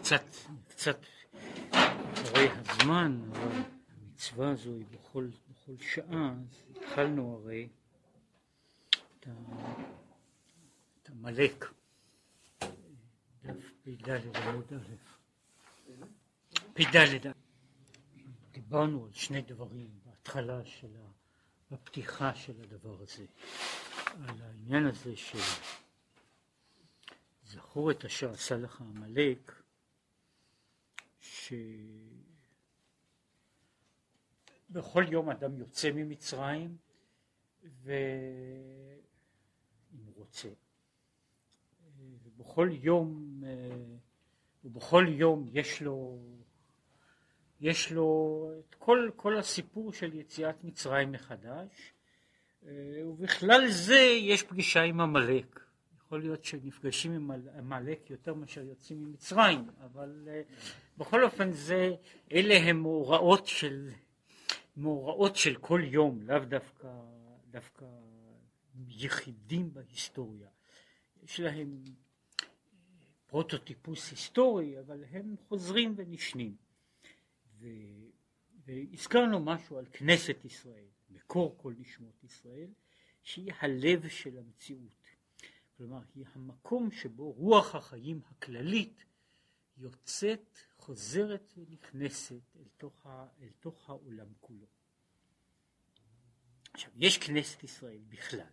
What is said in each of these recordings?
קצת אחרי הזמן, אבל המצווה הזו היא בכל שעה. אז התחלנו הרי את עמלק, דף פ"ד עמוד א', פ"ד. דיברנו על שני דברים בהתחלה בפתיחה של הדבר הזה, על העניין הזה של זכור את אשר עשה לך עמלק, שבכל יום אדם יוצא ממצרים, ואם הוא רוצה, ובכל יום יש לו את כל הסיפור של יציאת מצרים מחדש, ובכלל זה יש פגישה עם עמלק. יכול להיות שנפגשים עם עמלק יותר מאשר יוצאים ממצרים, אבל בכל אופן אלה הם מאורעות של כל יום, לאו דווקא יחידים בהיסטוריה. יש להם פרוטוטיפוס היסטורי, אבל הם חוזרים ונשנים. והזכרנו משהו על כנסת ישראל, מקור כל נשמות ישראל, שהיא הלב של המציאות. כלומר, היא המקום שבו רוח החיים הכללית יוצאת, חוזרת ונכנסת אל תוך העולם כולו. עכשיו, יש כנסת ישראל בכלל,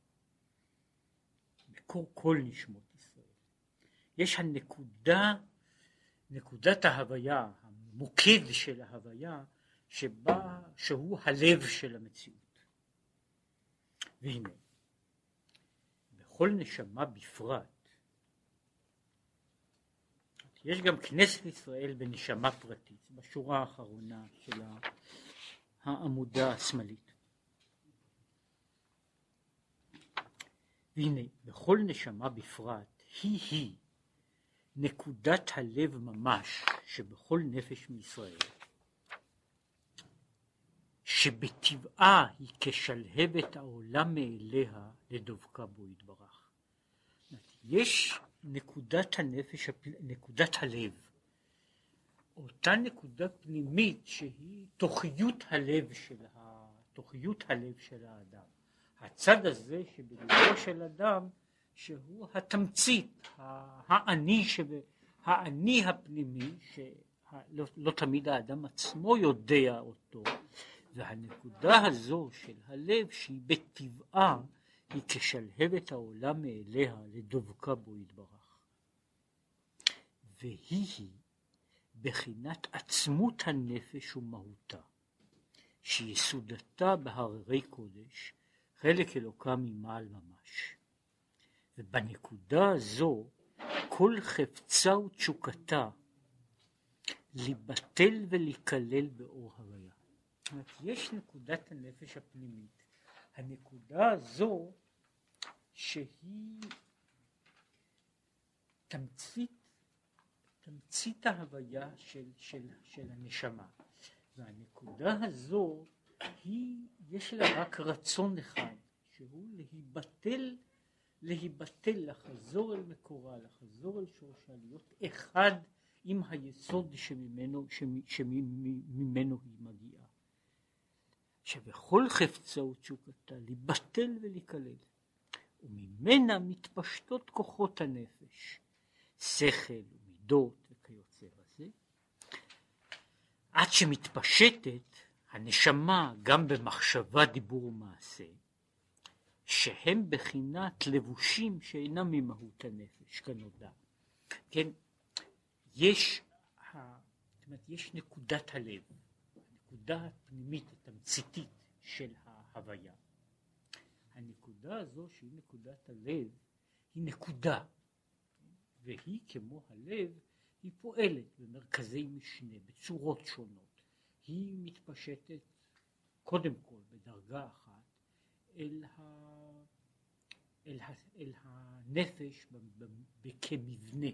מקור כל נשמות ישראל. יש נקודת ההוויה, המוקד של ההוויה, שהוא הלב של המציאות. והנה, בכל נשמה בפרט, יש גם כנסת ישראל בנשמה פרטית, בשורה האחרונה של העמודה השמאלית. והנה, בכל נשמה בפרט, היא נקודת הלב ממש שבכל נפש מישראל, שבטבעה היא כשלהבת העולם מאליה לדבקה בו יתברך. יש נקודת הנפש, נקודת הלב, אותה נקודה פנימית שהיא תוכיות הלב של האדם. הצד הזה שבלבו של אדם, שהוא התמצית, האני הפנימי, שלא תמיד האדם עצמו יודע אותו, והנקודה הזו של הלב שהיא בטבעה היא כשלהבת העולם מאליה לדבקה בו יתברך. והיא בחינת עצמות הנפש ומהותה, שיסודתה בהררי קודש, חלק אלוקה ממעל ממש. ובנקודה הזו כל חפצה ותשוקתה לבטל ולהיכלל באור הוויה. זאת אומרת, יש נקודת הנפש הפנימית, הנקודה הזו שהיא תמצית ההוויה של הנשמה, והנקודה הזו יש לה רק רצון אחד, שהוא להיבטל, לחזור אל מקורה, לחזור אל שורשה, להיות אחד עם היסוד שממנו היא מגיעה. שבכל חפצה ותשוקתה לבטל ולהיכלל, וממנה מתפשטות כוחות הנפש, שכל ומידות וכיוצא בזה, עד שמתפשטת הנשמה גם במחשבה, דיבור ומעשה, שהם בחינת לבושים שאינם ממהות הנפש, כנודע. כן, יש נקודת הלב, הנקודה הפנימית, התמציתית של ההוויה. הנקודה הזו שהיא נקודת הלב, היא נקודה, והיא כמו הלב, היא פועלת במרכזי משנה, בצורות שונות. היא מתפשטת קודם כל בדרגה אחת אל הנפש כמבנה,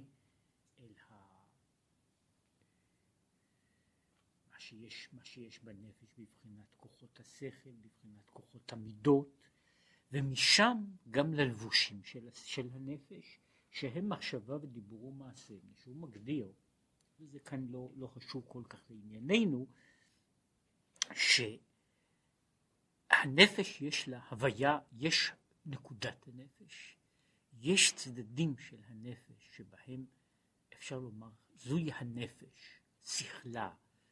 מה שיש בנפש בבחינת כוחות השכל, בבחינת כוחות המידות, ומשם גם ללבושים של הנפש, שהם מחשבה ודיבור ומעשה. שהוא מגדיר וזה כאן לא חשוב כל כך לענייננו, שהנפש יש לה הוויה, יש נקודת הנפש, יש צדדים של הנפש שבהם אפשר לומר זוהי הנפש, שכלה,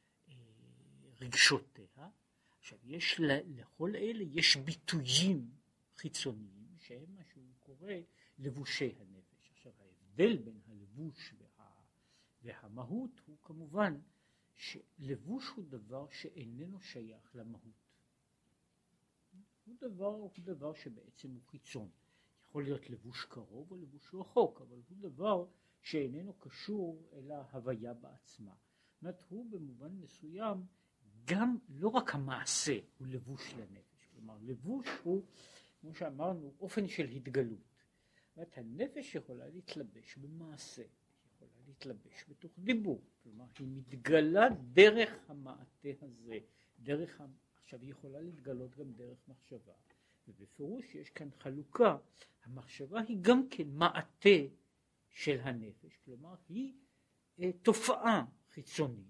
רגשותיה. עכשיו יש לכל אלה יש ביטויים חיצוניים שהם מה שהוא קורא לבושי הנפש. עכשיו ההבדל בין הלבוש והמהות הוא כמובן שלבוש הוא דבר שאיננו שייך למהות. הוא דבר שבעצם הוא חיצון. יכול להיות לבוש קרוב או לבוש רחוק, אבל הוא דבר שאיננו קשור אל ההוויה בעצמה. זאת אומרת, הוא במובן מסוים גם לא רק המעשה הוא לבוש לנפש. כלומר, לבוש הוא, כמו שאמרנו, אופן של התגלות. זאת אומרת, הנפש יכולה להתלבש במעשה, יכולה להתלבש בתוך דיבור. כלומר, היא מתגלה דרך המעטה הזה, עכשיו היא יכולה להתגלות גם דרך מחשבה. ובפירוש יש כאן חלוקה. המחשבה היא גם כן מעטה של הנפש, כלומר היא תופעה חיצונית,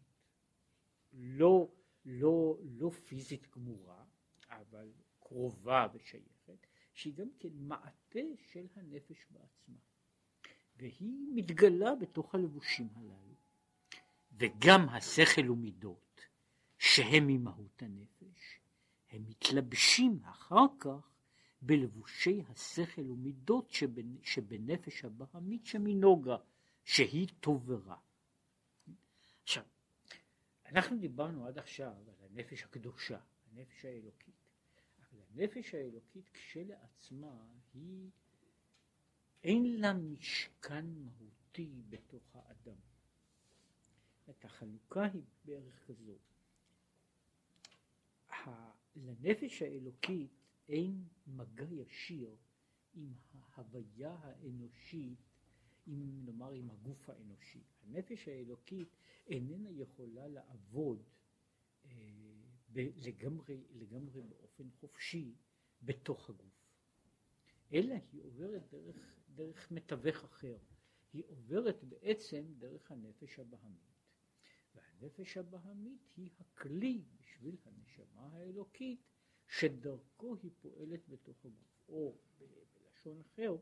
לא פיזית גמורה, אבל קרובה ושייכת, שהיא גם כן מעטה של הנפש בעצמה. והיא מתגלה בתוך הלבושים הללו. וגם השכל ומידות, שהם ממהות הנפש, הם מתלבשים אחר כך בלבושי השכל ומידות שבנפש הבהמית שמנוגה, שהיא טוב ורע. עכשיו, אנחנו דיברנו עד עכשיו על הנפש הקדושה, הנפש האלוקית. אבל הנפש האלוקית כשלעצמה היא, אין לה משכן מהותי בתוך האדם. את החלוקה היא בערך כזו. לנפש האלוקית אין מגע ישיר עם ההוויה האנושית, נאמר עם הגוף האנושי. הנפש האלוקית איננה יכולה לעבוד לגמרי באופן חופשי בתוך הגוף, אלא היא עוברת דרך מתווך אחר. היא עוברת בעצם דרך הנפש הבהמית. והנפש הבהמית היא הכלי בשביל הנשמה האלוקית שדרכו היא פועלת בתוך הגוף. או בלשון אחר,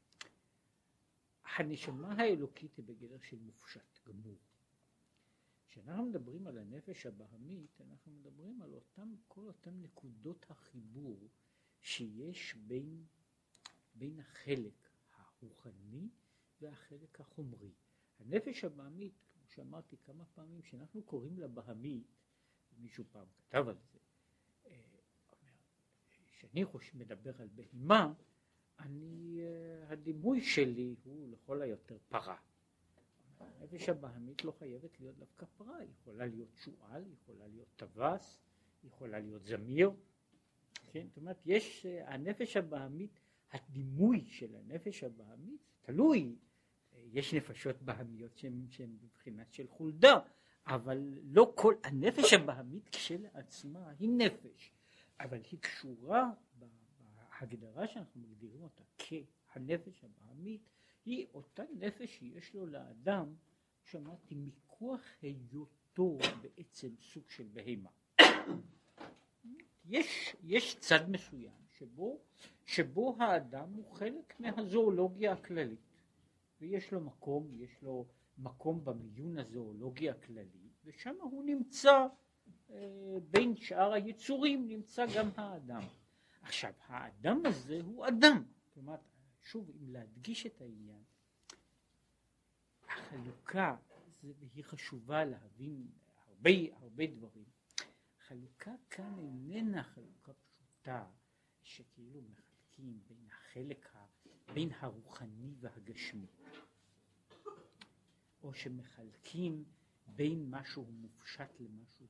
הנשמה האלוקית היא בגדר של מופשט גמור. כשאנחנו מדברים על הנפש הבהמית, אנחנו מדברים על כל אותם נקודות החיבור שיש בין החלק הרוחני והחלק החומרי. הנפש הבהמית, כמו שאמרתי כמה פעמים, שאנחנו קוראים לה בהמית, מישהו פעם כתב על זה, כשאני מדבר על בהימה, הדימוי שלי הוא לכל היותר פרה. הנפש הבהמית לא חייבת להיות דווקא פרה, היא יכולה להיות שועל, היא יכולה להיות טווס, היא יכולה להיות זמיר. כן? זאת אומרת, יש הנפש הבהמית, הדימוי של הנפש הבהמית תלוי, יש נפשות בהמיות שהן בבחינת של חולדה, אבל לא כל, הנפש הבהמית כשלעצמה היא נפש, אבל היא קשורה בהגדרה שאנחנו מגדירים אותה כהנפש הבהמית, היא אותה נפש שיש לו לאדם, שמעתי, מכוח היותו בעצם סוג של בהמה. יש צד מסוים שבו האדם הוא חלק מהזואולוגיה הכללית, ויש לו מקום במיון הזואולוגיה הכללי, ושם הוא נמצא, בין שאר היצורים נמצא גם האדם. עכשיו, האדם הזה הוא אדם. כלומר, שוב, אם להדגיש את העניין, החלוקה, והיא חשובה להבין הרבה דברים, חלוקה כאן איננה חלוקה פשוטה, שכאילו מחלקים בין הרוחני והגשמי, או שמחלקים בין משהו מופשט למשהו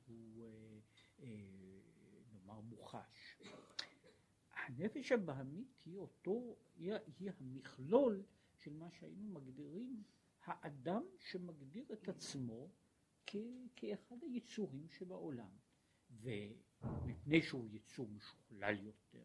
נאמר מוחש. הנפש הבהמית היא המכלול של מה שהיינו מגדירים האדם שמגדיר את עצמו כאחד היצורים שבעולם, ומפני שהוא יצור משוכלל יותר,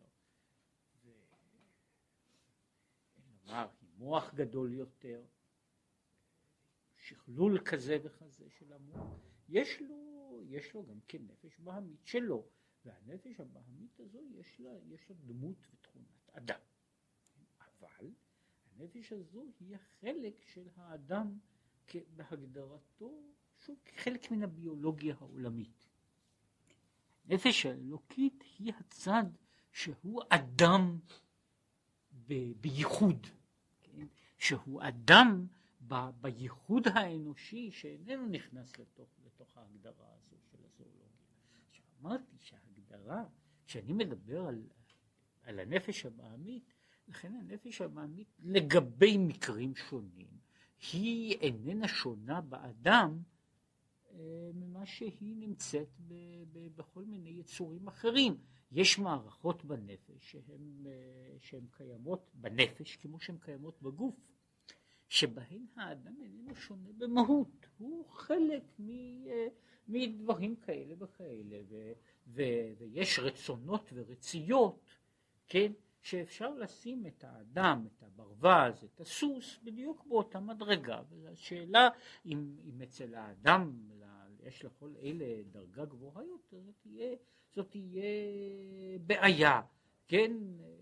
ונאמר עם מוח גדול יותר, שכלול כזה וכזה של המוח, יש לו גם כן נפש בהמית שלו, והנפש הבהמית הזו יש לה דמות ותכונת אדם. אבל הנפש הזו היא החלק של האדם בהגדרתו, שוב, כחלק מן הביולוגיה העולמית. הנפש האלוקית היא הצד שהוא אדם בייחוד, כן? שהוא אדם בייחוד האנושי שאיננו נכנס לתוך ההגדרה הזו של הזואולוגיה. אמרתי שההגדרה, כשאני מדבר על הנפש הבהמית, לכן הנפש הבהמית לגבי מקרים שונים, היא איננה שונה באדם ממה שהיא נמצאת בכל מיני יצורים אחרים. יש מערכות בנפש שהן קיימות בנפש כמו שהן קיימות בגוף, שבהן האדם איננו שונה במהות, הוא חלק מדברים כאלה וכאלה, ויש רצונות ורציות, כן, שאפשר לשים את האדם, את הברווז, את הסוס, בדיוק באותה מדרגה. והשאלה אם אצל האדם יש לכל אלה דרגה גבוהה יותר, זאת תהיה בעיה, כן,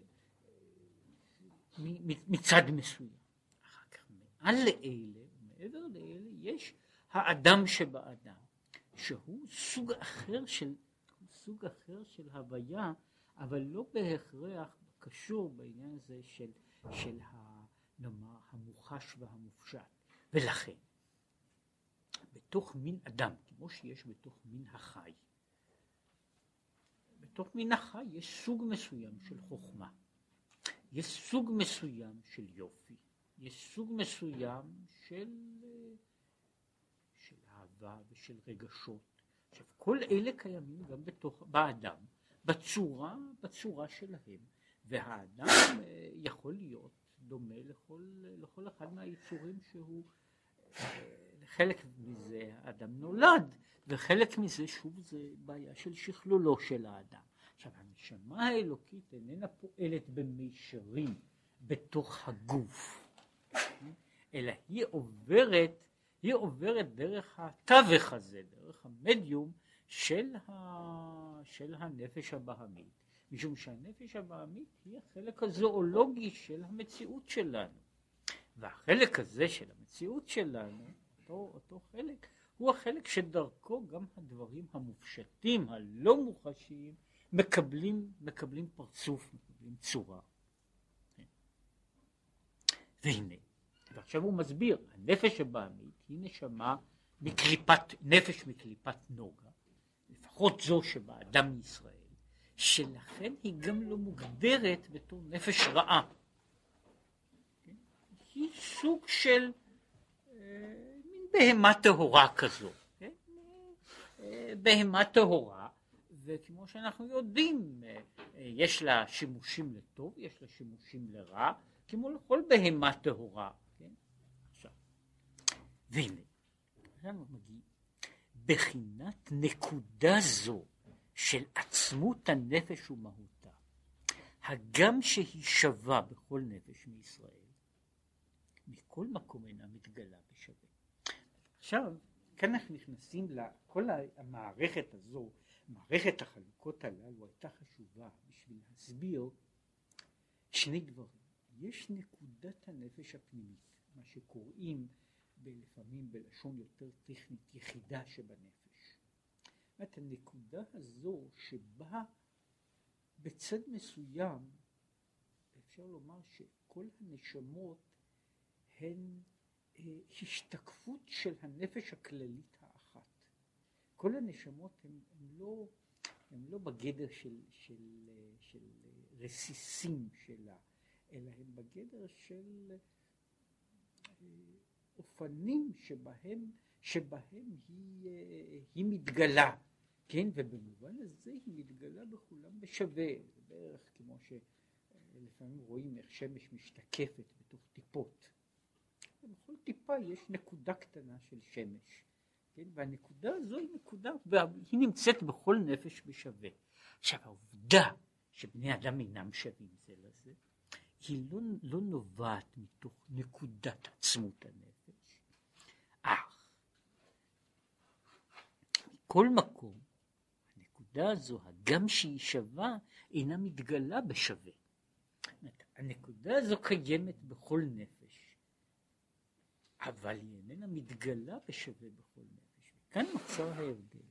מצד מסוים. אחר כך מעל לאלה, מעבר לאלה, יש האדם שבאדם, שהוא סוג אחר של הוויה, אבל לא בהכרח קשור בעניין הזה של המוחש והמופשט. ולכן, בתוך מין אדם, כמו שיש בתוך מין החי, בתוך מין החי יש סוג מסוים של חוכמה, יש סוג מסוים של יופי, יש סוג מסוים של אהבה ושל רגשות. עכשיו, כל אלה קיימים גם באדם, בצורה שלהם, והאדם יכול להיות דומה לכל אחד מהיצורים שהוא, חלק מזה האדם נולד, וחלק מזה שוב זה בעיה של שכלולו של האדם. עכשיו, הנשמה האלוקית איננה פועלת במישרין בתוך הגוף, אלא היא עוברת דרך התווך הזה, דרך המדיום של הנפש הבהמית, משום שהנפש הבהמית היא החלק הזואולוגי של המציאות שלנו, והחלק הזה של המציאות שלנו, אותו חלק, הוא החלק שדרכו גם הדברים המופשטים, הלא מוחשיים, מקבלים פרצוף, מקבלים צורה. והנה, ועכשיו הוא מסביר, הנפש הבהמית היא נפש מקליפת נוגה, לפחות זו שבאדם ישראל, שלכן היא גם לא מוגדרת בתור נפש רעה. היא סוג של מין בהמה טהורה כזו, בהמה טהורה, וכמו שאנחנו יודעים, יש לה שימושים לטוב, יש לה שימושים לרע, כמו לכל בהמה טהורה. עכשיו, והנה, אנחנו מגיעים, בחינת נקודה זו של עצמות הנפש ומהותה, הגם שהיא שווה בכל נפש מישראל, מכל מקום אינה מתגלה בשווה. עכשיו, כאן אנחנו נכנסים לכל המערכת הזו, מערכת החלוקות הללו הייתה חשובה בשביל להסביר שני דברים. יש נקודת הנפש הפנימית, מה שקוראים לפעמים בלשון יותר טכנית יחידה שבנפש. את הנקודה הזו שבה בצד מסוים אפשר לומר שכל הנשמות הן השתקפות של הנפש הכללית האחת. כל הנשמות הן לא בגדר של רסיסים שלה, אלא הן בגדר של אופנים שבהם היא מתגלה, כן, ובמובן הזה היא מתגלה בכולם בשווה. זה בערך כמו שלפעמים רואים איך שמש משתקפת בתוך טיפות. בכל טיפה יש נקודה קטנה של שמש, כן, והנקודה הזו היא נקודה, והיא נמצאת בכל נפש בשווה. עכשיו, העובדה שבני אדם אינם שווים זה לזה, היא לא נובעת מתוך נקודת עצמות הנפש, אך בכל מקום, הנקודה הזו, הגם שהיא שווה, אינה מתגלה בשווה. הנקודה הזו קיימת בכל נפש, אבל היא איננה מתגלה בשווה בכל נפש. כאן נוצר ההבדל.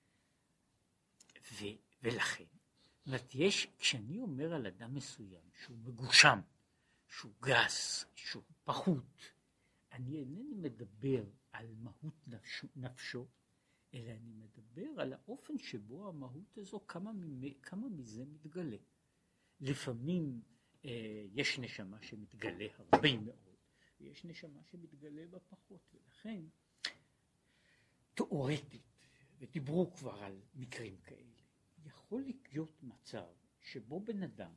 ולכן, זאת אומרת, כשאני אומר על אדם מסוים שהוא מגושם, שהוא גס, שהוא פחות, אני אינני מדבר על מהות נפשו, אלא אני מדבר על האופן שבו המהות הזו, כמה מזה מתגלה. לפעמים יש נשמה שמתגלה הרבה מאוד, ויש נשמה שמתגלה בה פחות, ולכן תיאורטית, ודיברו כבר על מקרים כאלה, יכול להיות מצב שבו בן אדם,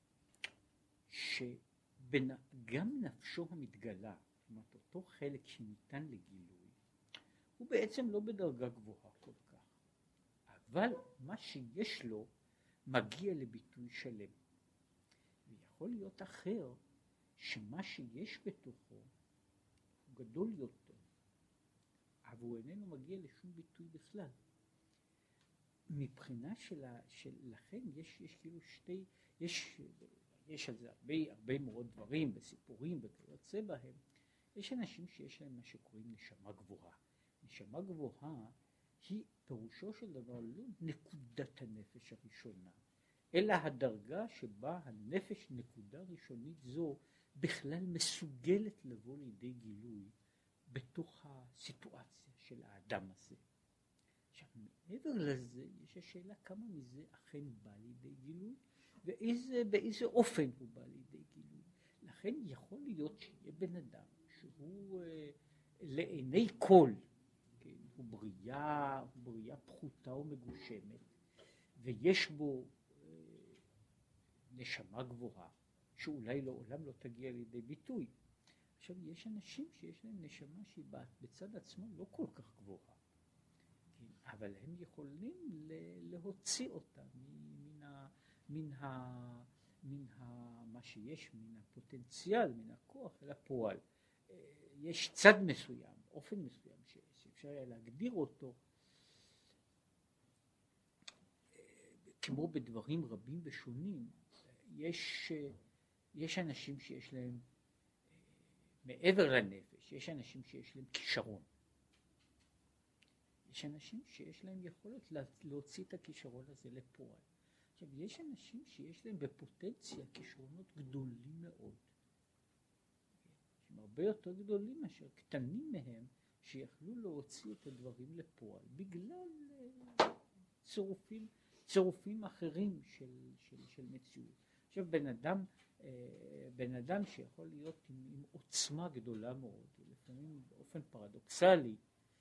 שגם נפשו המתגלה, זאת אומרת אותו חלק שניתן לגילוי, הוא בעצם לא בדרגה גבוהה כל כך, אבל מה שיש לו מגיע לביטוי שלם. ויכול להיות אחר שמה שיש בתוכו הוא גדול יותר, אבל הוא איננו מגיע לשום ביטוי בכלל. מבחינה לכן יש כאילו יש על זה הרבה מאוד דברים וסיפורים וכיוצא בהם. יש אנשים שיש להם מה שקוראים נשמה גבוהה. נשמה גבוהה היא פירושו של דבר לא נקודת הנפש הראשונה, אלא הדרגה שבה הנפש נקודה ראשונית זו בכלל מסוגלת לבוא לידי גילוי בתוך הסיטואציה של האדם הזה. עכשיו מעבר לזה יש השאלה כמה מזה אכן בא לידי גילוי ובאיזה אופן הוא בא לידי גילוי. לכן יכול להיות שיהיה בן אדם שהוא לעיני כל, כן, הוא בריאה פחותה ומגושמת, ויש בו נשמה גבוהה שאולי לעולם לא תגיע לידי ביטוי. עכשיו יש אנשים שיש להם נשמה שהיא בצד עצמו לא כל כך גבוהה, כן, אבל הם יכולים להוציא אותה מה שיש, מן הפוטנציאל, מן הכוח אל הפועל. יש צד מסוים, אופן מסוים שאפשר היה להגדיר אותו, כמו בדברים רבים ושונים. יש אנשים שיש להם מעבר לנפש, יש אנשים שיש להם כישרון, יש אנשים שיש להם יכולת להוציא את הכישרון הזה לפועל. עכשיו יש אנשים שיש להם בפוטנציה כישרונות גדולים מאוד, שהם הרבה יותר גדולים מאשר קטנים מהם שיכלו להוציא את הדברים לפועל בגלל צירופים אחרים של מציאות. עכשיו בן אדם שיכול להיות עם עוצמה גדולה מאוד, ולפעמים באופן פרדוקסלי,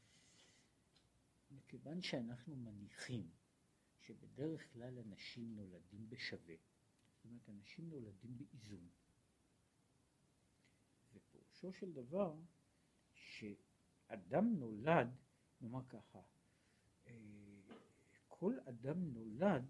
מכיוון שאנחנו מניחים שבדרך כלל אנשים נולדים בשווה, זאת אומרת אנשים נולדים באיזון, ופירושו של דבר שאדם נולד, נאמר ככה, כל אדם נולד,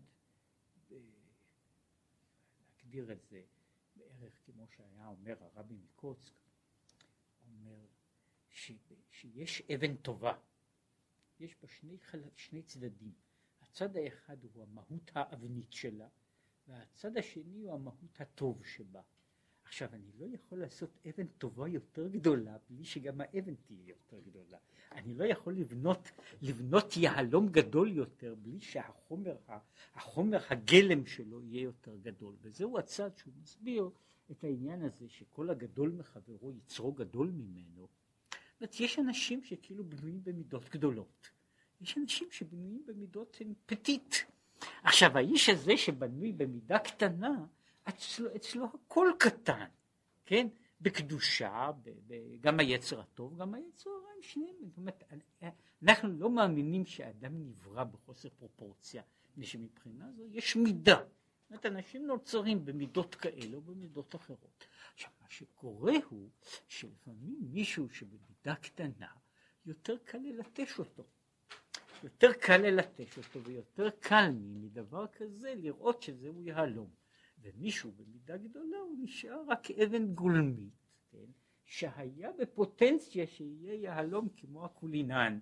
להגדיר את זה בערך כמו שהיה אומר הרבי מקוצק, אומר שיש אבן טובה, יש בה שני צדדים. הצד האחד הוא המהות האבנית שלה, והצד השני הוא המהות הטוב שבה. עכשיו אני לא יכול לעשות אבן טובה יותר גדולה בלי שגם האבן תהיה יותר גדולה. אני לא יכול לבנות יהלום גדול יותר בלי שהחומר הגלם שלו יהיה יותר גדול. וזהו הצד שהוא מסביר את העניין הזה שכל הגדול מחברו יצרו גדול ממנו. יש אנשים שכאילו בנויים במידות גדולות, יש אנשים שבנויים במידות פתית. עכשיו האיש הזה שבנוי במידה קטנה, אצלו הכל קטן, כן? בקדושה, גם היצר הטוב, גם היצר הרע, הם שניהם. זאת אומרת, אנחנו לא מאמינים שהאדם נברא בחוסר פרופורציה, שמבחינה זו יש מידה. זאת אומרת, אנשים נוצרים במידות כאלה או במידות אחרות. עכשיו, מה שקורה הוא שלפעמים מישהו שבמידה קטנה, יותר קל ללטש אותו. יותר קל ללטש אותו, ויותר קל מדבר כזה לראות שזהו יהלום. ומישהו במידה גדולה הוא נשאר רק אבן גולמית, כן? שהיה בפוטנציה שיהיה יהלום כמו הקולינן,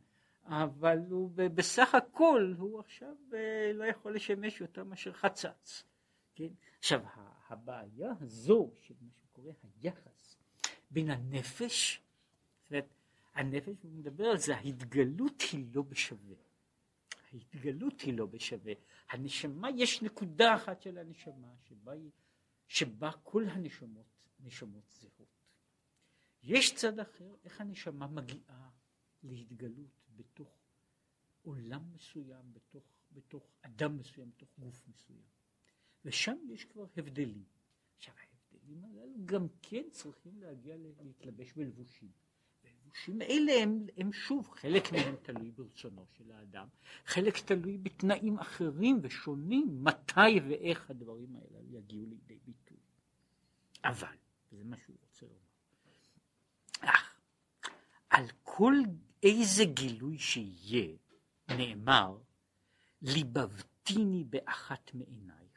אבל הוא בסך הכל, הוא עכשיו לא יכול לשמש יותר מאשר חצץ. כן? עכשיו, הבעיה הזו, של מה שקורא היחס בין הנפש, זאת אומרת, הנפש, הוא מדבר על זה, ההתגלות היא לא בשווה. ההתגלות היא לא בשווה. הנשמה, יש נקודה אחת של הנשמה, שבה כל נשמות זהות. יש צד אחר, איך הנשמה מגיעה להתגלות בתוך עולם מסוים, בתוך אדם מסוים, בתוך גוף מסוים. ושם יש כבר הבדלים. עכשיו, ההבדלים הללו גם כן צריכים להגיע להתלבש בלבושים. והלבושים האלה הם שוב, חלק מהם תלוי ברצונו של האדם, חלק תלוי בתנאים אחרים ושונים, מתי ואיך הדברים האלה יגיעו לידי ביטוי. אבל, וזה מה שהוא רוצה לומר, על כל איזה גילוי שיהיה, נאמר, ליבבתיני באחת מעינייך.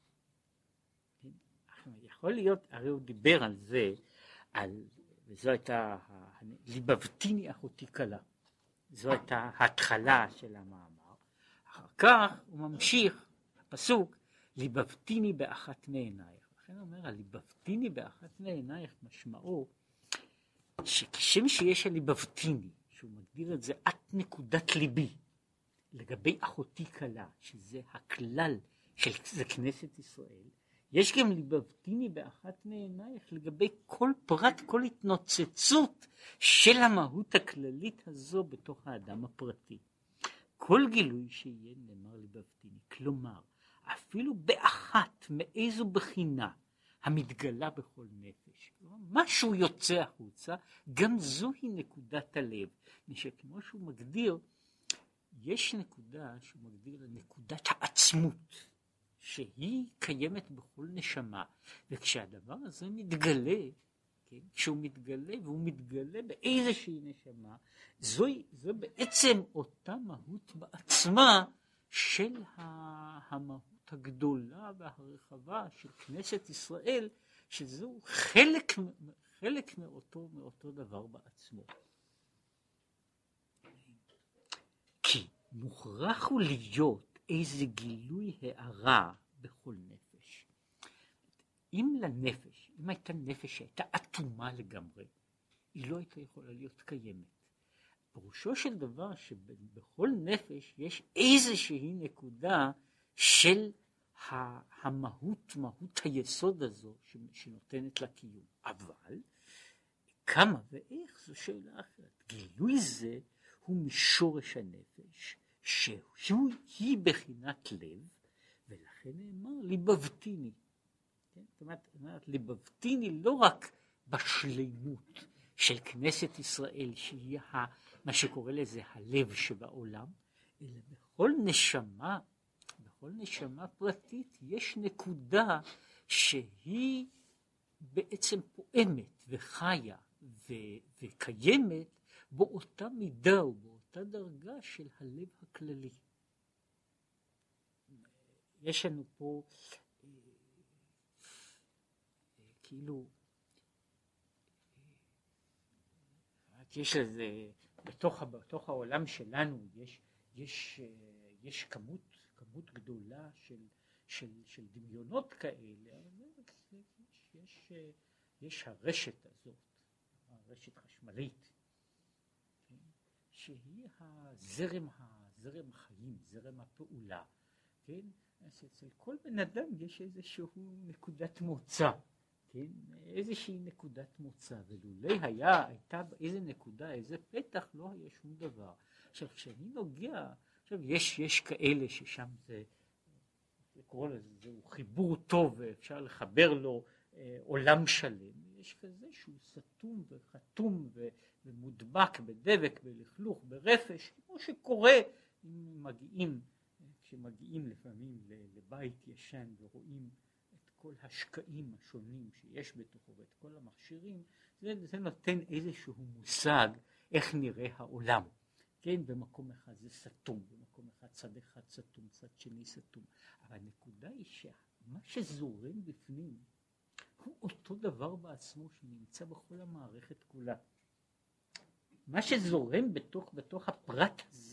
יכול להיות, הרי הוא דיבר על זה, וזו הייתה, ליבבתיני אחותי קלה. זו הייתה ההתחלה של המאמר. אחר כך הוא ממשיך, הפסוק, ליבבתיני באחת מעינייך. לכן הוא אומר, הליבבתיני באחת מעינייך משמעו, שכשם שיש הליבבתיני, שהוא מגדיר את זה, את נקודת ליבי, לגבי אחותי קלה, שזה הכלל של זה כנסת ישראל, יש גם ליבבתיני באחת מעינייך לגבי כל פרט, כל התנוצצות של המהות הכללית הזו בתוך האדם הפרטי. כל גילוי שיהיה נאמר ליבבתיני, כלומר, אפילו באחת מאיזו בחינה המתגלה בכל נפש, משהו יוצא החוצה, גם זוהי נקודת הלב. כמו שהוא מגדיר, יש נקודה שהוא מגדיר נקודת העצמות, שהיא קיימת בכל נשמה, וכשהדבר הזה מתגלה, כן? כשהוא מתגלה והוא מתגלה באיזושהי נשמה, זו בעצם אותה מהות בעצמה של המהות הגדולה והרחבה של כנסת ישראל, שזו חלק מאותו דבר בעצמו. כי מוכרח הוא להיות איזה גילוי הערה בכל נפש. אם הייתה נפש שהייתה אטומה לגמרי, היא לא הייתה יכולה להיות קיימת. פירושו של דבר שבכל נפש יש איזושהי נקודה של מהות היסוד הזו שנותנת לה קיום. אבל כמה ואיך זו שאלה אחרת. גילוי זה הוא משורש הנפש, שהיא בחינת לב, ולכן נאמר ליבבתיני. כן? זאת אומרת, ליבבתיני לא רק בשלימות של כנסת ישראל, שהיא מה שקורא לזה הלב שבעולם, אלא בכל נשמה פרטית יש נקודה שהיא בעצם פועמת וחיה וקיימת באותה מידה ובאותה דרגה של הלב הכללי. יש לנו פה כאילו יש לזה בתוך העולם שלנו יש כמות גדולה של דמיונות כאלה, אבל יש הרשת הזאת, הרשת חשמלית, שהיא זרם החיים, זרם הפעולה, כן? אז אצל כל בן אדם יש איזשהו נקודת מוצא, כן? איזושהי נקודת מוצא, ולולא הייתה איזה נקודה, איזה פתח, לא היה שום דבר. עכשיו, כשאני נוגע, יש כאלה ששם זה לקרוא לזה, זהו חיבור טוב, ואפשר לחבר לו עולם שלם. יש כזה שהוא סתום וחתום ומודבק בדבק, בלכלוך, ברפש, כמו שקורה כשמגיעים לפעמים לבית ישן ורואים את כל השקעים השונים שיש בתוכו ואת כל המכשירים, זה נותן איזשהו מושג איך נראה העולם. כן, במקום אחד זה סתום, במקום אחד צד אחד סתום, צד שני סתום. אבל הנקודה היא שמה שזורם בפנים הוא אותו דבר בעצמו שנמצא בכל המערכת כולה. מה שזורם בתוך הפרט הזה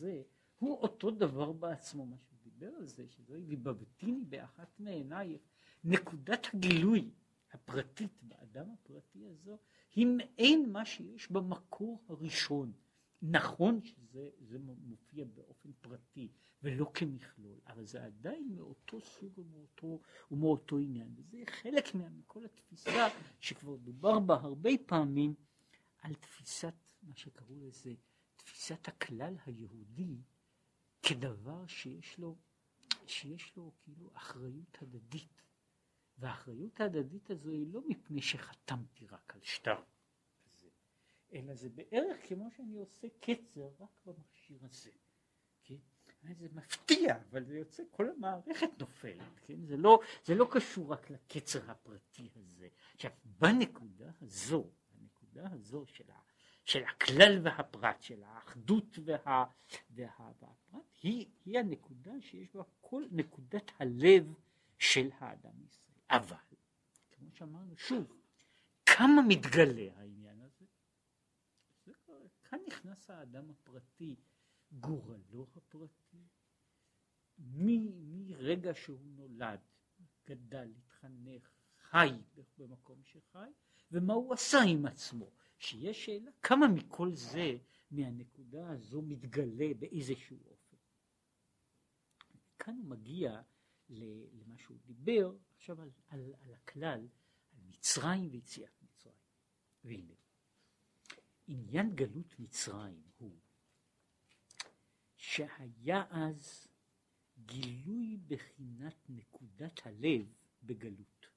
אותו דבר בעצמו, מה שהוא דיבר על זה, שזוהי ויבבתיני באחת מעינייך, נקודת הגילוי הפרטית באדם הפרטי הזו, היא מעין מה שיש במקור הראשון. נכון שזה מופיע באופן פרטי ולא כמכלול, אבל זה עדיין מאותו סוג ומאותו עניין, וזה חלק מכל התפיסה שכבר דובר בה הרבה פעמים, על תפיסת מה שקראו לזה, תפיסת הכלל היהודי כדבר שיש לו כאילו אחריות הדדית, והאחריות ההדדית הזו היא לא מפני שחתמתי רק על שטר כזה, אלא זה בערך כמו שאני עושה קצר רק במכשיר הזה, כן? זה מפתיע, אבל זה יוצא, כל המערכת נופלת, כן? זה לא קשור רק לקצר הפרטי הזה. עכשיו, בנקודה הזו של הכלל והפרט, של האחדות והפרט, היא הנקודה שיש בה כל נקודת הלב של האדם ישראל. אבל, כמו שאמרנו, שוב, כמה מתגלה העניין הזה? כאן נכנס האדם הפרטי, גורלו הפרטי, מרגע שהוא נולד, גדל, התחנך, חי במקום שחי, ומה הוא עשה עם עצמו. שיש שאלה כמה מכל זה מהנקודה הזו מתגלה באיזשהו אופן. כאן הוא מגיע למה שהוא דיבר עכשיו על הכלל, על מצרים ויציאת מצרים. והנה, עניין גלות מצרים הוא שהיה אז גילוי בחינת נקודת הלב בגלות.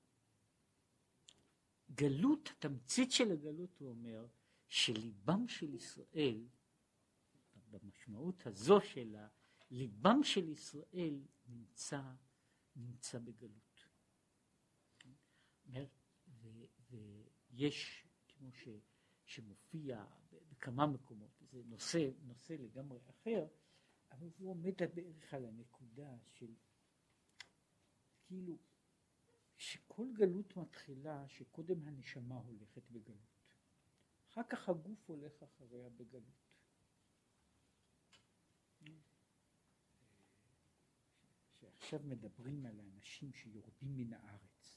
גלות, התמצית של הגלות הוא אומר שליבם של ישראל, במשמעות הזו שלה, ליבם של ישראל נמצא בגלות. ויש, כמו שמופיע בכמה מקומות, זה נושא לגמרי אחר, אבל הוא עומד בערך על הנקודה של כאילו שכל גלות מתחילה שקודם הנשמה הולכת בגלות, אחר כך הגוף הולך אחריה בגלות. שעכשיו מדברים על האנשים שיורדים מן הארץ,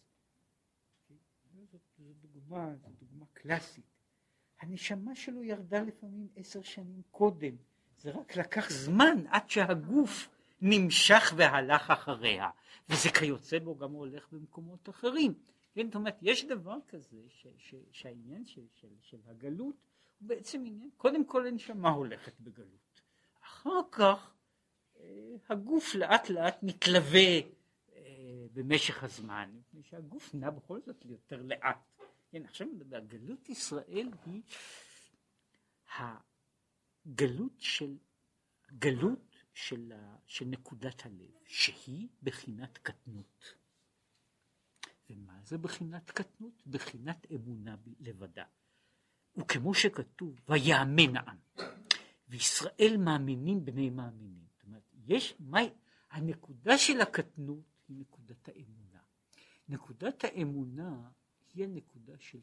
זו דוגמה קלאסית. הנשמה שלו ירדה לפעמים 10 שנים קודם, זה רק לקח זמן עד שהגוף נמשך והלך אחריה, וזה כיוצא בו גם הולך במקומות אחרים. כן, זאת אומרת, יש דבר כזה שהעניין של הגלות הוא בעצם עניין, קודם כל הנשמה הולכת בגלות, אחר כך הגוף לאט לאט מתלווה במשך הזמן, מפני שהגוף נע בכל זאת יותר לאט. כן, עכשיו מדבר, גלות ישראל היא הגלות של נקודת הלב, שהיא בחינת קטנות. ומה זה בחינת קטנות? בחינת אמונה לבדה. וכמו שכתוב, ויאמן העם, וישראל מאמינים בני מאמינים. זאת אומרת, הנקודה של הקטנות היא נקודת האמונה. נקודת האמונה היא הנקודה של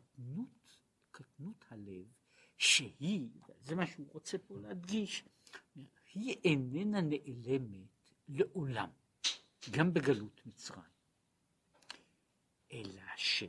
קטנות הלב, שהיא, זה מה שהוא רוצה פה להדגיש, היא איננה נעלמת לעולם, גם בגלות מצרים. אלא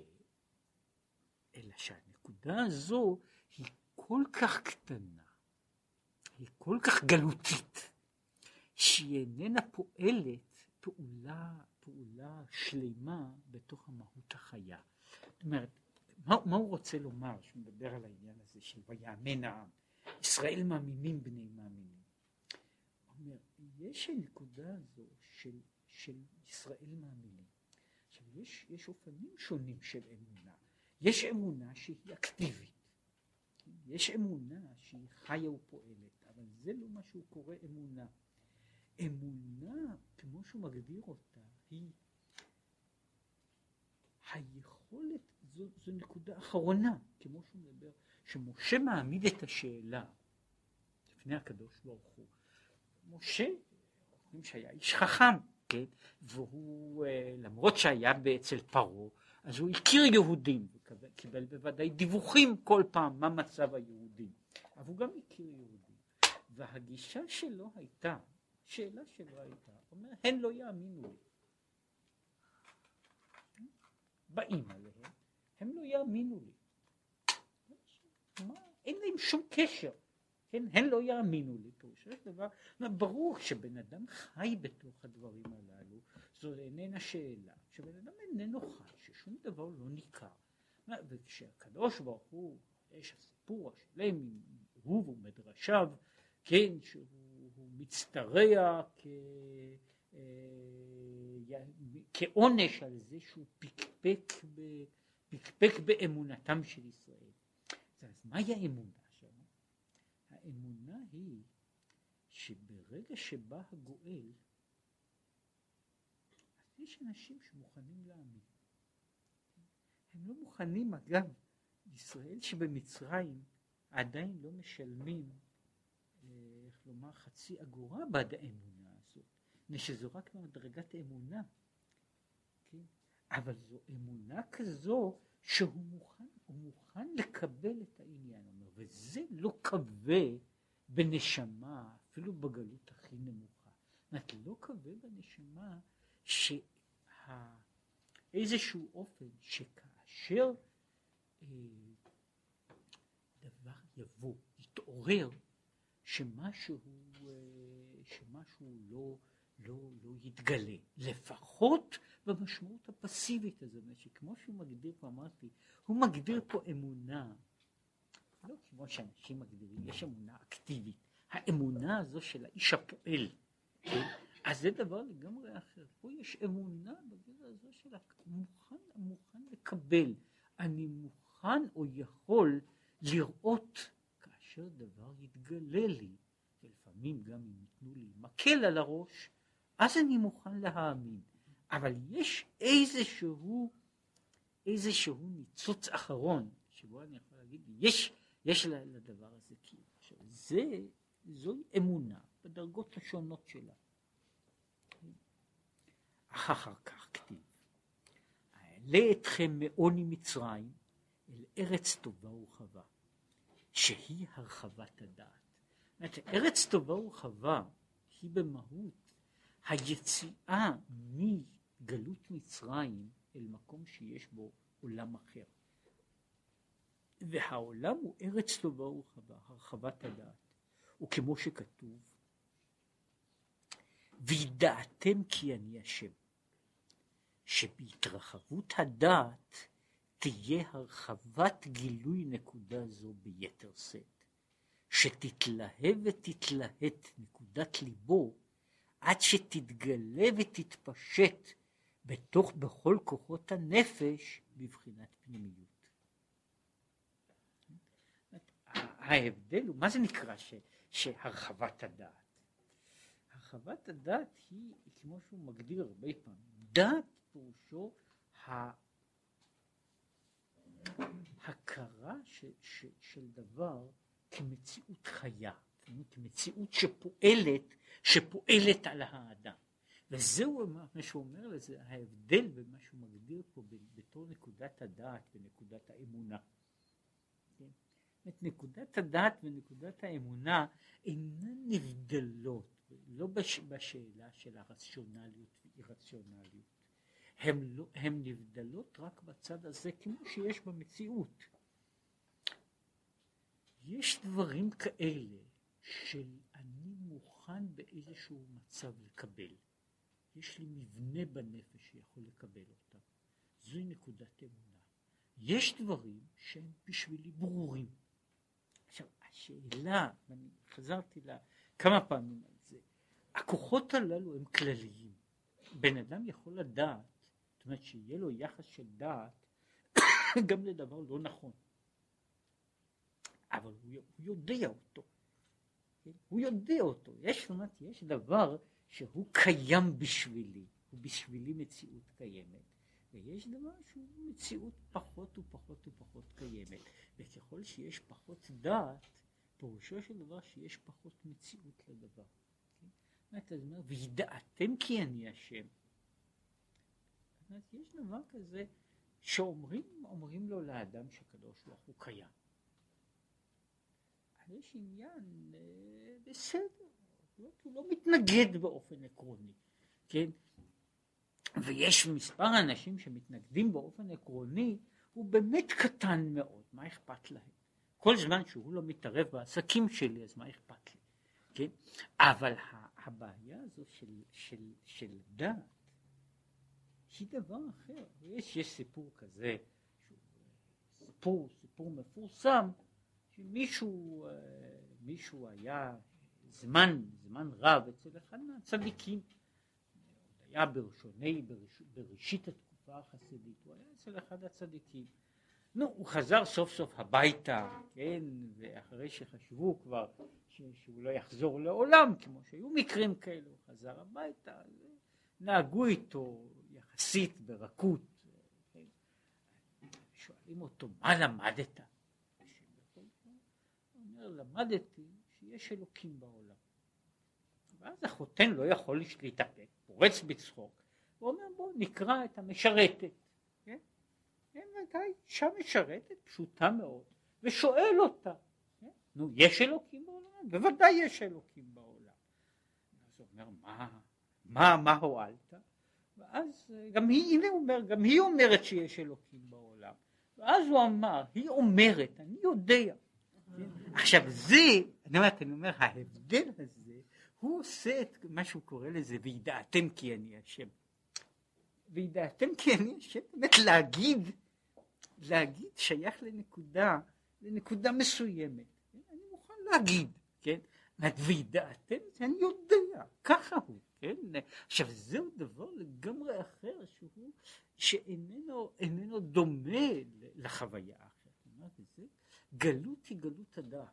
שהנקודה הזו היא כל כך קטנה, היא כל כך גלותית, שהיא איננה פועלת פעולה שלמה בתוך המהות החיה. זאת אומרת, מה הוא רוצה לומר שהוא מדבר על העניין הזה של ויאמן העם? ישראל מאמינים בני מאמינים. הוא אומר, יש הנקודה הזו של ישראל מאמינים. עכשיו, יש אופנים שונים של אמונה. יש אמונה שהיא אקטיבית. יש אמונה שהיא חיה ופועלת, אבל זה לא מה שהוא קורא אמונה. אמונה, כמו שהוא מגדיר אותה, היא היכולת, זו נקודה אחרונה, כמו שהוא מדבר, שמשה מעמיד את השאלה לפני הקדוש ברוך הוא. משה, אומרים שהיה איש חכם, כן? והוא, למרות שהיה אצל פרעה, אז הוא הכיר יהודים, וקיבל בוודאי דיווחים כל פעם מה מצב היהודים, אבל הוא גם הכיר יהודים. והגישה שלו הייתה השאלה שלו הייתה, אומר, הן לא יאמינו לי. באים עליהם, הם לא יאמינו לי. מה? אין להם שום קשר. כן, הן לא יאמינו לי. פירושו של דבר, ברור שבן אדם חי בתוך הדברים הללו, זו איננה שאלה. שבן אדם איננו חי, ששום דבר לא ניכר. וכשהקדוש ברוך הוא, יש הסיפור השלם, הוא ומדרשיו, כן, שהוא מצטרע כעונש על זה שהוא פקפק באמונתם של ישראל. אז מהי האמונה שם? האמונה היא שברגע שבא הגואל, אז יש אנשים שמוכנים להאמין. הם לא מוכנים, אגב, ישראל שבמצרים עדיין לא משלמים, איך לומר, חצי אגורה בעד האמונה הזאת, שזו רק מדרגת האמונה, כן? אבל זו אמונה כזו שהוא מוכן לקבל את העניין, וזה לא קווה בנשמה, אפילו בגלות הכי נמוכה. זאת אומרת, לא קווה בנשמה איזשהו אופן שכאשר דבר יבוא, יתעורר, שמשהו לא יתגלה, לפחות במשמעות הפסיבית הזאת, שכמו שהוא מגדיר פה, אמרתי, הוא מגדיר פה אמונה, לא כמו שאנשים מגדירים, יש אמונה אקטיבית, האמונה הזו של האיש הפועל, כן? אז זה דבר לגמרי אחר, פה יש אמונה בגלל הזו של מוכן לקבל, אני מוכן או יכול לראות כאשר דבר יתגלה לי, ולפעמים גם אם ייתנו לי מקל על הראש, אז אני מוכן להאמין. אבל יש איזשהו ניצוץ אחרון, שבו אני יכול להגיד, יש לדבר הזה קיום. עכשיו, זוהי אמונה בדרגות השונות שלה. אחר כך כתיב, אעלה אתכם מעוני מצרים אל ארץ טובה ורחבה, שהיא הרחבת הדעת. ארץ טובה ורחבה היא במהות היציאה מגלות מצרים אל מקום שיש בו עולם אחר. והעולם הוא ארץ טובה ורחבה, הרחבת הדעת. וכמו שכתוב, וידעתם כי אני השם, שבהתרחבות הדעת תהיה הרחבת גילוי נקודה זו ביתר שאת, שתתלהב ותתלהט נקודת ליבו עד שתתגלה ותתפשט בכל כוחות הנפש בבחינת פנימיות. ההבדל הוא, מה זה נקרא שהרחבת הדעת? הרחבת הדעת היא, כמו שהוא מגדיר הרבה פעמים, דעת פירושו הכרה של דבר כמציאות חיה, כמציאות שפועלת על האדם. וזהו מה שהוא אומר לזה, ההבדל במה שהוא מגדיר פה בתור נקודת הדעת ונקודת האמונה. כן? נקודת הדעת ונקודת האמונה אינן נבדלות, לא בשאלה של הרציונליות ואי-רציונליות. הן נבדלות רק בצד הזה כמו שיש במציאות. יש דברים כאלה של אני מוכן באיזשהו מצב לקבל. יש לי מבנה בנפש שיכול לקבל אותם. זוהי נקודת אמונה. יש דברים שהם בשבילי ברורים. עכשיו, השאלה, ואני חזרתי לה כמה פעמים על זה, הכוחות הללו הם כלליים. בן אדם יכול לדעת, זאת אומרת שיהיה לו יחס של דעת, גם לדבר לא נכון. אבל הוא יודע אותו. הוא יודע אותו. יש דבר שהוא קיים בשבילי, הוא בשבילי מציאות קיימת. ויש דבר שהוא מציאות פחות ופחות ופחות קיימת. וככל שיש פחות דעת, פירושו של דבר שיש פחות מציאות לדבר. אתה אומר, וידעתם כי אני השם. יש דבר כזה שאומרים לו לאדם שהקדוש ברוך הוא קיים. יש עניין בסדר, הוא לא מתנגד באופן עקרוני, כן? ויש מספר אנשים שמתנגדים באופן עקרוני, הוא באמת קטן מאוד, מה אכפת להם? כל זמן שהוא לא מתערב בעסקים שלי, אז מה אכפת לי? כן? אבל הבעיה הזו של דת, היא דבר אחר. יש סיפור כזה, סיפור מפורסם, שמישהו היה זמן רב אצל אחד מהצדיקים, היה בראשית התקופה החסידית, הוא היה אצל אחד הצדיקים. הוא חזר סוף סוף הביתה, כן, ואחרי שחשבו כבר שהוא לא יחזור לעולם, כמו שהיו מקרים כאלו, הוא חזר הביתה, נהגו איתו יחסית ברכות, כן. שואלים אותו, מה למדת? הוא אומר, למדתי שיש אלוקים בעולם. ואז החותן לא יכול להתאפק, פורץ בצחוק, הוא אומר, בוא נקרא את המשרתת. כן? הייתה אישה משרתת פשוטה מאוד, ושואל אותה, כן? נו, יש אלוקים בעולם? בוודאי יש אלוקים בעולם. אז הוא אומר, מה הועלת? ואז גם היא אומרת שיש אלוקים בעולם. ואז הוא אמר, היא אומרת, אני יודע. כן? עכשיו אני אומר, ההבדל הזה, הוא עושה את מה שהוא קורא לזה, וידעתם כי אני השם. וידעתם כי אני השם, באמת להגיד שייך לנקודה מסוימת. אני מוכן להגיד, כן? וידעתם, אני יודע, ככה הוא, כן? עכשיו זהו דבר לגמרי אחר, שאיננו דומה לחוויה האחרת. גלות היא גלות הדעת.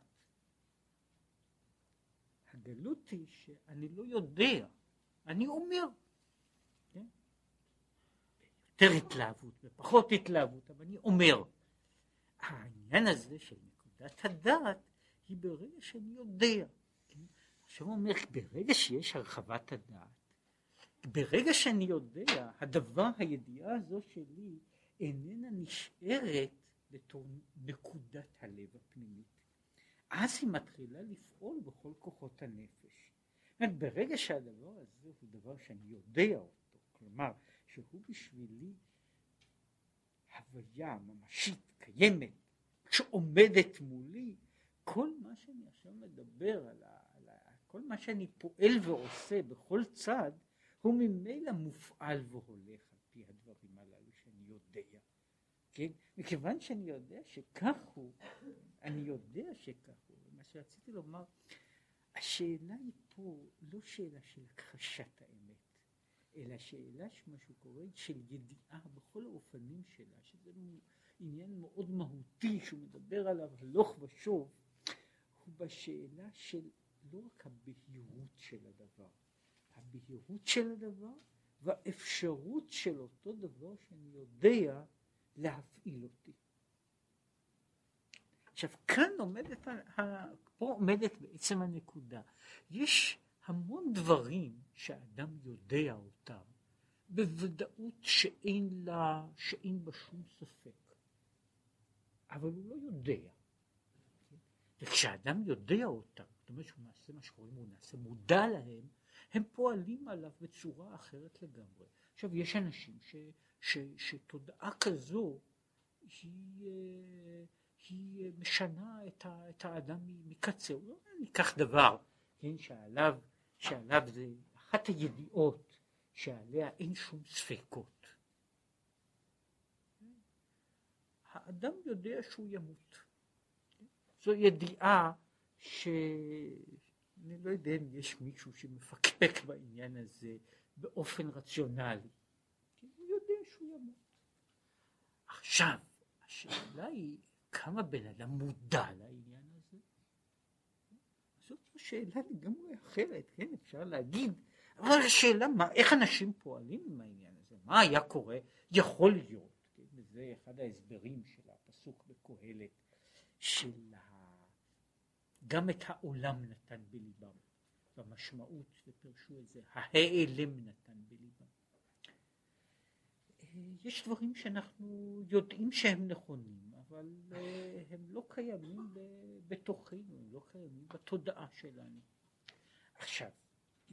הגלות היא שאני לא יודע, אני אומר. כן? יותר התלהבות ופחות התלהבות, אבל אני אומר. העניין הזה של נקודת הדעת היא ברגע שאני יודע. כן? עכשיו הוא אומר, ברגע שיש הרחבת הדעת, ברגע שאני יודע, הידיעה הזו שלי איננה נשארת בתור נקודת הלב הפנימית. אז היא מתחילה לפעול בכל כוחות הנפש. ברגע שהדבר הזה הוא דבר שאני יודע אותו, כלומר שהוא בשבילי הוויה ממשית, קיימת, שעומדת מולי, כל מה שאני עכשיו מדבר כל מה שאני פועל ועושה בכל צד, הוא ממילא מופעל והולך על פי הדברים הללו שאני יודע. כן? מכיוון שאני יודע שכך הוא, מה שרציתי לומר, השאלה היא פה לא שאלה של הכחשת האמת, אלא שאלה שמשהו קורה של ידיעה בכל האופנים שלה, שזה עניין מאוד מהותי שהוא מדבר עליו הלוך ושוב, הוא בשאלה של לא רק הבהירות של הדבר, הבהירות של הדבר והאפשרות של אותו דבר שאני יודע להפעיל אותי. עכשיו כאן עומדת בעצם הנקודה. יש המון דברים שהאדם יודע אותם בוודאות שאין בה שום ספק, אבל הוא לא יודע. וכשאדם יודע אותם, זאת אומרת שהוא נעשה מה שקוראים, הוא נעשה מודע להם, הם פועלים עליו בצורה אחרת לגמרי. עכשיו יש אנשים שתודעה כזו היא משנה את האדם מקצה. הוא לא ניקח דבר, כן, שעליו זה אחת הידיעות שעליה אין שום ספקות. האדם יודע שהוא ימות. זו ידיעה אני לא יודע אם יש מישהו שמפקפק בעניין הזה באופן רציונלי. הוא יודע שהוא ימות. עכשיו, השאלה היא כמה בן אדם מודע לעניין הזה. זאת שאלה לגמרי אחרת, כן? אפשר להגיד, אבל השאלה איך אנשים פועלים עם העניין הזה? מה היה קורה? יכול להיות, כן? וזה אחד ההסברים של הפסוק בקהלת, גם את העולם נתן בליבם, במשמעות שפרשו את זה, ההיעלם נתן בליבם. יש דברים שאנחנו יודעים שהם נכונים, אבל הם לא קיימים בתוכנו, הם לא קיימים בתודעה שלנו. עכשיו,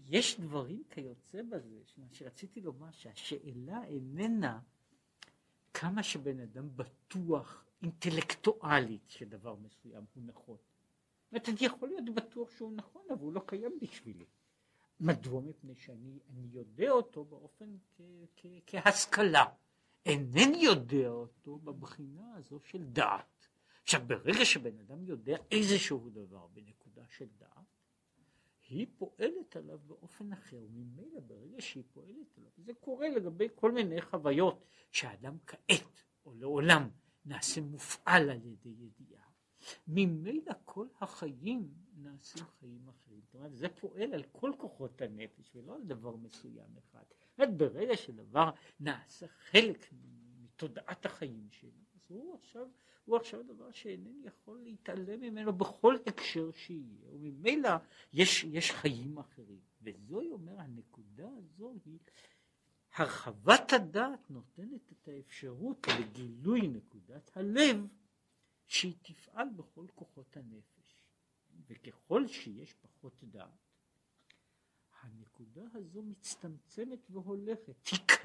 יש דברים כיוצא בזה, שרציתי לומר שהשאלה איננה כמה שבן אדם בטוח אינטלקטואלית שדבר מסוים הוא נכון. זאת אומרת, אני יכול להיות בטוח שהוא נכון, אבל הוא לא קיים בשבילי. מדוע? מפני שאני יודע אותו באופן כהשכלה. אינני יודע אותו בבחינה הזו של דעת. עכשיו, ברגע שבן אדם יודע איזשהו דבר בנקודה של דעת, היא פועלת עליו באופן אחר, וממילא ברגע שהיא פועלת עליו, זה קורה לגבי כל מיני חוויות, שהאדם כעת או לעולם נעשה מופעל על ידי ידיעה, ממילא כל החיים נעשים חיים אחרים. זאת אומרת, זה פועל על כל כוחות הנפש ולא על דבר מסוים אחד. זאת אומרת, ברגע שדבר נעשה חלק מתודעת החיים שלי, אז הוא עכשיו דבר שאינני יכול להתעלם ממנו בכל הקשר שיהיה, וממילא יש חיים אחרים. וזוהי אומר, הנקודה הזו היא הרחבת הדעת נותנת את האפשרות לגילוי נקודת הלב שהיא תפעל בכל כוחות הנפש. וככל שיש פחות דעת, הנקודה הזו מצטמצמת והולכת,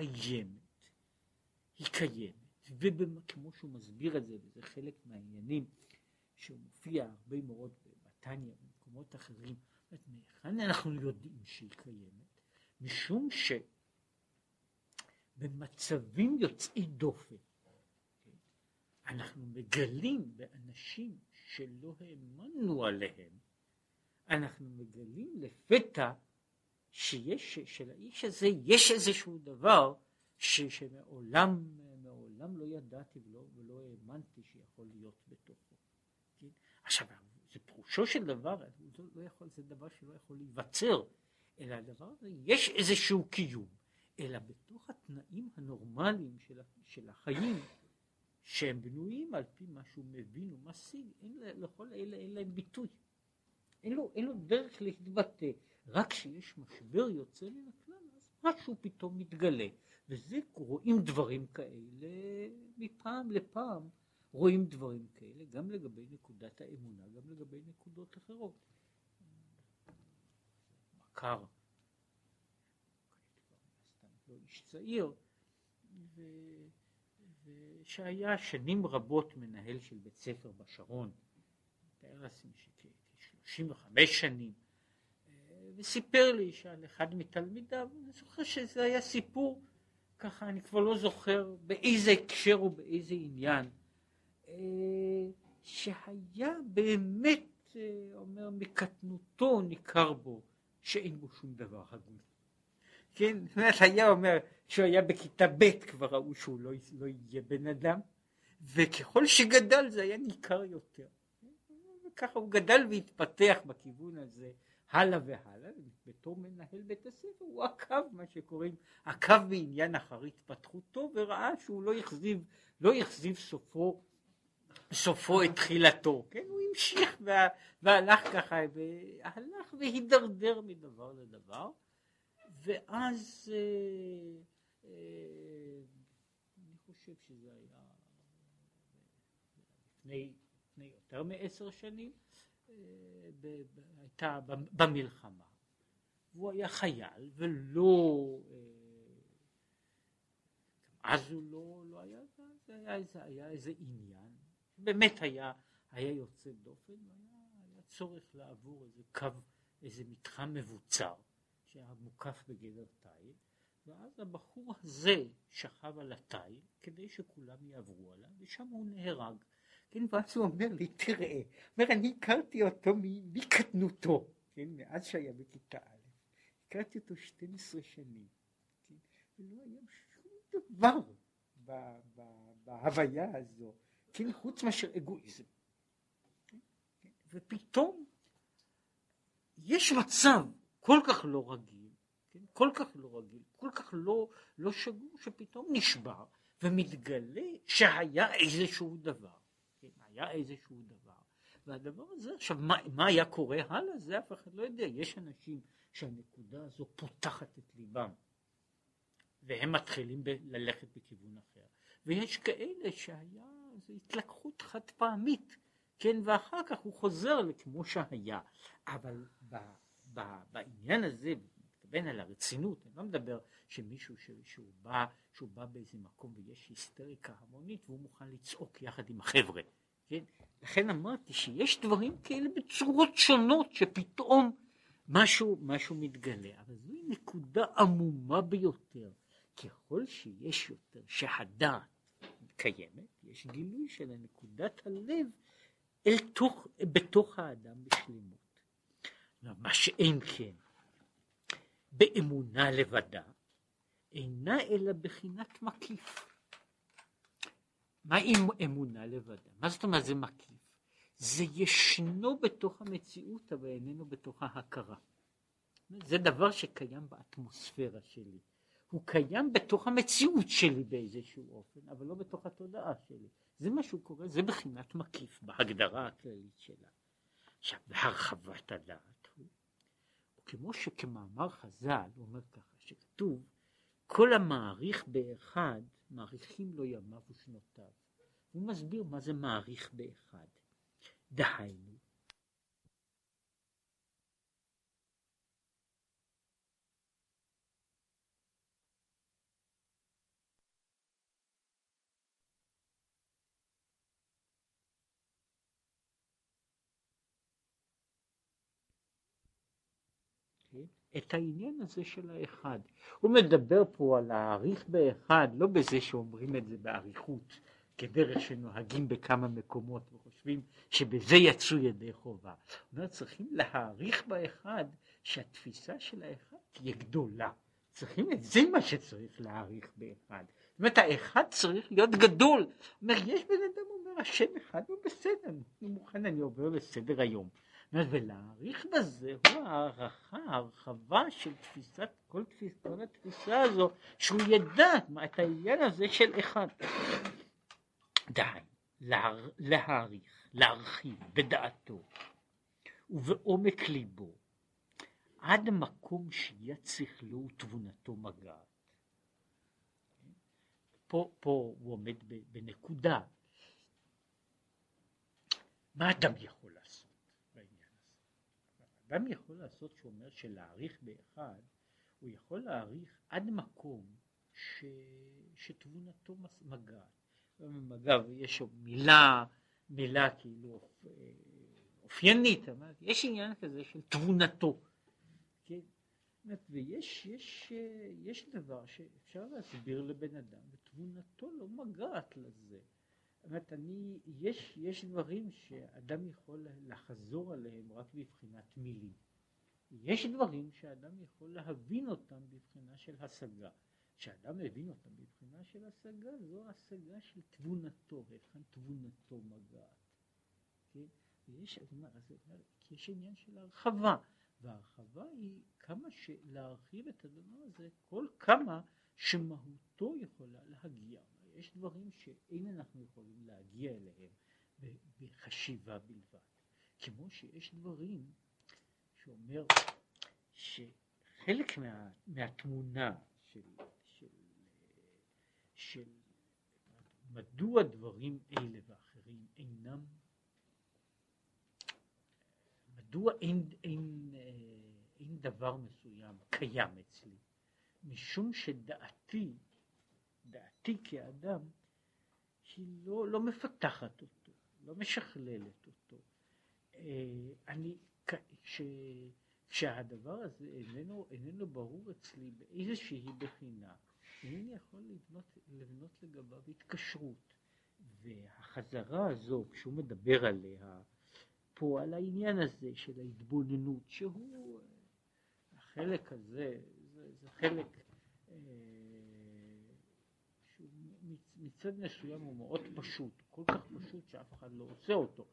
היא קיימת. וכמו שהוא מסביר את זה, וזה חלק מהעניינים שהוא מופיע הרבה מאוד בתניא ובמקומות אחרים, מהיכן אנחנו יודעים שהיא קיימת? משום שבמצבים יוצאי דופן, אנחנו מגלים באנשים שלא האמנו עליהם, אנחנו מגלים לפתע שלאיש הזה יש איזשהו דבר שמעולם לא ידעתי ולא האמנתי שיכול להיות בתוכו. כן? עכשיו, זה פירושו של דבר, זה דבר שלא יכול להיווצר, אלא הדבר הזה, יש איזשהו קיום, אלא בתוך התנאים הנורמליים של החיים, שהם בנויים על פי מה שהוא מבין ומשיג, לכל אלה אין להם ביטוי. אין לו דרך להתבטא. רק כשיש משבר יוצא מן הכלל, אז משהו פתאום מתגלה. וזה רואים דברים כאלה מפעם לפעם, רואים דברים כאלה גם לגבי נקודת האמונה, גם לגבי נקודות אחרות. מכר, לא איש צעיר, שהיה שנים רבות מנהל של בית ספר בשרון, תאר לעצמי שכ-35 שנים, וסיפר לי שעל אחד מתלמידיו, אני זוכר שזה היה סיפור, ככה אני כבר לא זוכר באיזה הקשר או באיזה עניין, שהיה באמת, אומר, מקטנותו ניכר בו, שאין בו שום דבר הגון. כן, היה אומר שהוא היה בכיתה ב' כבר ראו שהוא לא יהיה בן אדם, וככל שגדל זה היה ניכר יותר. וככה הוא גדל והתפתח בכיוון הזה הלאה והלאה, בתור מנהל בית הספר הוא עקב מה שקוראים, עקב בעניין אחר התפתחותו, וראה שהוא לא יחזיב סופו את תחילתו. כן, הוא המשיך והלך ככה, והלך והידרדר מדבר לדבר. ואז אני חושב שזה היה לפני יותר מ10 שנים, הייתה במלחמה, והוא היה חייל, ולא אז הוא לא היה, זה היה איזה עניין, באמת היה יוצא דופן, היה צורך לעבור איזה קו, איזה מתחם מבוצר, שהיה מוקף בגדר תיל, ואז הבחור הזה שכב על התיל כדי שכולם יעברו עליו, ושם הוא נהרג. כן, ואז הוא אומר לי, תראה, אומר, אני הכרתי אותו מקטנותו, כן, מאז שהיה בכיתה א', הכרתי אותו 12 שנים, כן, ולא היה שום דבר בהוויה הזו, כן, חוץ מאשר אגואיזם. כן, כן, ופתאום יש מצב כל כך לא רגיל, כן? כל כך לא שגור, שפתאום נשבר ומתגלה שהיה איזשהו דבר, כן? היה איזשהו דבר, והדבר הזה עכשיו מה היה קורה הלאה, זה אף אחד לא יודע. יש אנשים שהנקודה הזו פותחת את ליבם והם מתחילים ללכת בכיוון אחר, ויש כאלה שהיה זו התלקחות חד פעמית, כן, ואחר כך הוא חוזר לכמו שהיה. אבל בעניין הזה, מתכוון על הרצינות, אני לא מדבר שמישהו שהוא בא באיזה מקום ויש היסטריקה המונית והוא מוכן לצעוק יחד עם החבר'ה, כן? לכן אמרתי שיש דברים כאלה בצורות שונות שפתאום משהו מתגלה, אבל זוהי נקודה עמומה ביותר. ככל שיש יותר שהדעת קיימת, יש גילוי של נקודת הלב בתוך האדם בשלמות. מה שאין כן באמונה לבדה אינה אלא בחינת מקיף. מה עם אמונה לבדה? מה זאת אומרת זה מקיף? זה ישנו בתוך המציאות אבל איננו בתוך ההכרה. זה דבר שקיים באטמוספירה שלי, הוא קיים בתוך המציאות שלי באיזשהו אופן, אבל לא בתוך התודעה שלי. זה מה שהוא קורא, זה בחינת מקיף בהגדרה הכללית שלה. עכשיו, בהרחבת הדעת הוא, כמו שכמאמר חז"ל הוא אומר ככה, שכתוב כל המעריך באחד מעריכים לו ימיו ושנותיו. הוא מסביר מה זה מעריך באחד. דהיינו, את העניין הזה של האחד. הוא מדבר פה על להעריך באחד, לא בזה שאומרים את זה בעריכות, כדרך שנוהגים בכמה מקומות וחושבים שבזה יצאו ידי חובה. הוא אומר, צריכים להעריך באחד שהתפיסה של האחד תהיה גדולה. צריכים את זה מה שצריך להעריך באחד. זאת אומרת, האחד צריך להיות גדול. הוא אומר, יש בן אדם אומר, השם אחד הוא בסדר, אני מוכן, אני עובר לסדר היום. ולהעריך בזה הוא הערכה, הרחבה של תפיסת, כל התפיסה הזו, שהוא ידע את העניין הזה של אחד. די, להעריך, להרחיב בדעתו ובעומק ליבו, עד מקום שיד שכלו ותבונתו מגעת. פה הוא עומד בנקודה. מה אדם יכול לעשות? אדם יכול לעשות, שהוא אומר שלהעריך באחד, הוא יכול להעריך עד מקום שתבונתו מגעת. אגב, יש מילה כאילו אופיינית, יש עניין כזה של תבונתו. כן? ויש דבר שאפשר להסביר לבן אדם, ותבונתו לא מגעת לזה. זאת אומרת, יש דברים שאדם יכול לחזור עליהם רק בבחינת מילים. יש דברים שאדם יכול להבין אותם בבחינה של השגה. כשאדם מבין אותם בבחינה של השגה, זו השגה של תבונתו, היכן תבונתו מגעת. כן? יש עניין של הרחבה, וההרחבה היא כמה להרחיב את הדבר הזה, כל כמה שמהותו יכולה להגיע. יש דברים שאין אנחנו יכולים להגיע אליהם בחשיבה בלבד. כמו שיש דברים שאומר שחלק מהתמונה של מדוע דברים אלה ואחרים אינם, מדוע אין דבר מסוים קיים אצלי, משום שדעתי כאדם היא לא מפתחת אותו, לא משכללת אותו. כשהדבר הזה איננו ברור אצלי באיזושהי בחינה, אינני יכול לבנות לגביו התקשרות. והחזרה הזו, כשהוא מדבר עליה פה, על העניין הזה של ההתבוננות, שהוא החלק הזה, זה חלק מצד מסוים הוא מאוד פשוט, כל כך פשוט שאף אחד לא עושה אותו.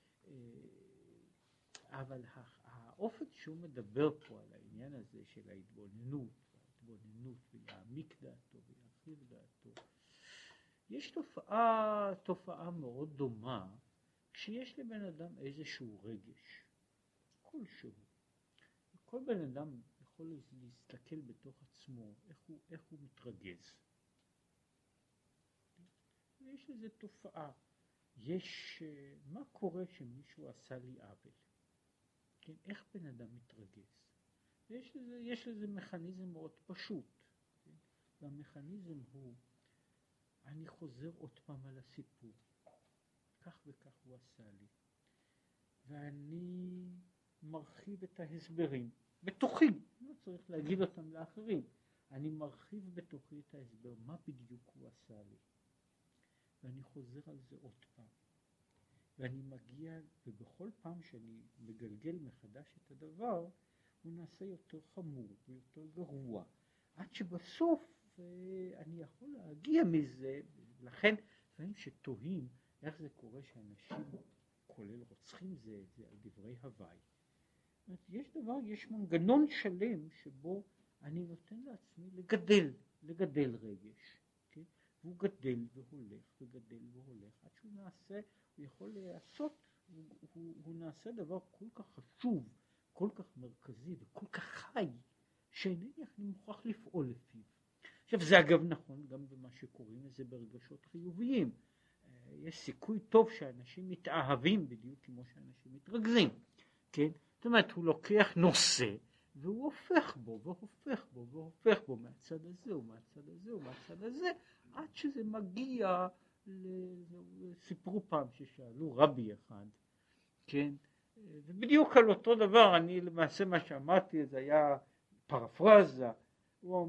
אבל האופן שהוא מדבר פה על העניין הזה של ההתבוננות ויעמיק דעתו וירחיב דעתו, יש תופעה מאוד דומה כשיש לבן אדם איזשהו רגש כלשהו. כל בן אדם יכול להסתכל בתוך עצמו איך הוא מתרגז. יש איזו תופעה, מה קורה שמישהו עשה לי עוול? כן, איך בן אדם מתרגז? יש לזה מכניזם מאוד פשוט. והמכניזם הוא, אני חוזר עוד פעם על הסיפור, כך וכך הוא עשה לי, ואני מרחיב את ההסברים בתוכי, לא צריך להגיד אותם לאחרים, אני מרחיב בתוכי את ההסבר מה בדיוק הוא עשה לי, ואני חוזר על זה עוד פעם, ואני מגיע, ובכל פעם שאני מגלגל מחדש את הדבר הוא נעשה יותר חמור ויותר גרוע, עד שבסוף אני יכול להגיע מזה. לכן לפעמים שתוהים איך זה קורה שאנשים כולל רוצחים זה על דברי הוואי. יש מנגנון שלם שבו אני נותן לעצמי לגדל רגש, כן? והוא גדל והולך וגדל והולך עד שהוא נעשה, הוא יכול לעשות, הוא נעשה דבר כל כך חשוב, כל כך מרכזי וכל כך חי, שאינני מוכרח לפעול לפיו. עכשיו זה אגב נכון גם במה שקוראים לזה ברגשות חיוביים. יש סיכוי טוב שאנשים מתאהבים בדיוק כמו שאנשים מתרגזים, כן? זאת אומרת, הוא לוקח נושא והוא הופך בו והופך בו והופך בו מהצד הזה ומהצד הזה ומהצד הזה, עד שזה מגיע סיפרו פעם ששאלו רבי אחד, כן? ובדיוק על אותו דבר, אני למעשה מה שאמרתי זה היה פרפרזה. הוא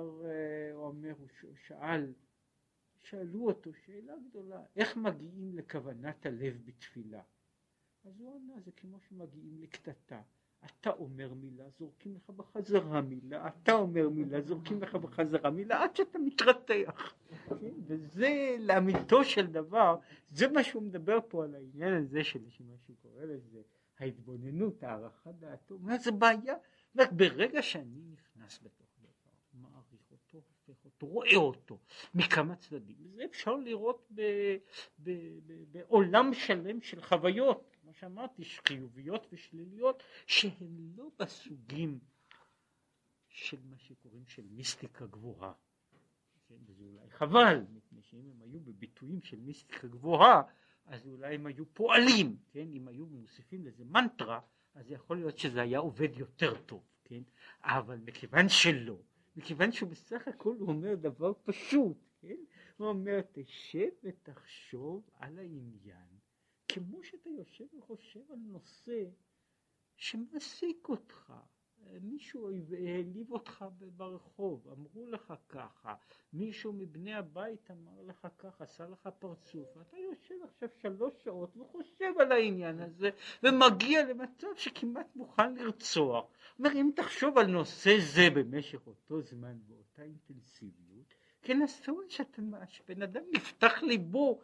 שאלו אותו שאלה גדולה, איך מגיעים לכוונת הלב בתפילה? אז הוא ענה, זה כמו שמגיעים לקטטה, אתה אומר מילה, זורקים לך בחזרה מילה, אתה אומר מילה, זורקים לך בחזרה מילה, עד שאתה מתרתח. וזה לאמיתו של דבר, זה מה שהוא מדבר פה על העניין הזה של מה שהוא קורא לזה, ההתבוננות, הערכת דעתו, מה זה בעיה? ברגע שאני נכנס בתוך דבר, מעריך אותו, הופך אותו, רואה אותו מכמה צדדים, זה אפשר לראות בעולם שלם של חוויות, כמו שאמרתי, חיוביות ושליליות, שהן לא בסוגים של מה שקוראים של מיסטיקה גבוהה. כן, וזה אולי חבל, מפני שאם הם היו בביטויים של מיסטיקה גבוהה, אז אולי הם היו פועלים, כן? אם היו מוסיפים לזה מנטרה, אז יכול להיות שזה היה עובד יותר טוב, כן? אבל מכיוון שלא, מכיוון שבסך הכל הוא אומר דבר פשוט, כן? הוא אומר, תשב ותחשוב על העניין, כמו שאתה יושב וחושב על נושא שמעסיק אותך, מישהו העליב אותך ברחוב, אמרו לך ככה, מישהו מבני הבית אמר לך ככה, עשה לך פרצוף, ואתה יושב עכשיו 3 שעות וחושב על העניין הזה, ומגיע למצב שכמעט מוכן לרצוח. אומר, אם תחשוב על נושא זה במשך אותו זמן באותה אינטנסיביות, כן, אז תראו שבן אדם נפתח ליבו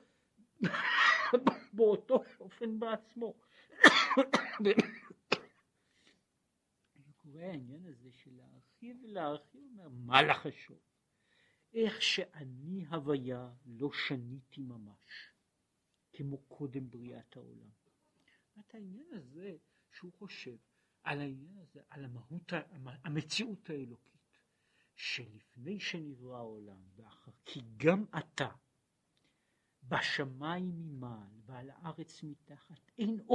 באותו אופן בעצמו. קורה העניין הזה של להרחיב, אומר, מה לחשוב? איך שאני הוויה לא שניתי ממש, כמו קודם בריאת העולם. את העניין הזה שהוא חושב על העניין הזה, על המציאות האלוקית, שלפני שנברא העולם, ואחר כי גם אתה, בשמיים ממעל ועל הארץ מתחת,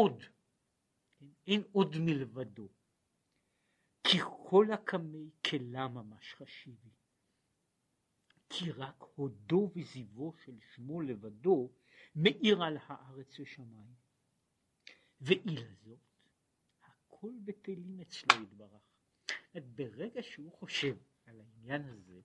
אין עוד מלבדו. כי כל הקמי כלה ממש חשיבי, כי רק הודו וזיוו של שמו לבדו מאיר על הארץ ושמיים. ואילה זאת, הכל בטלים אצלו יתברך. ברגע שהוא חושב על העניין הזה,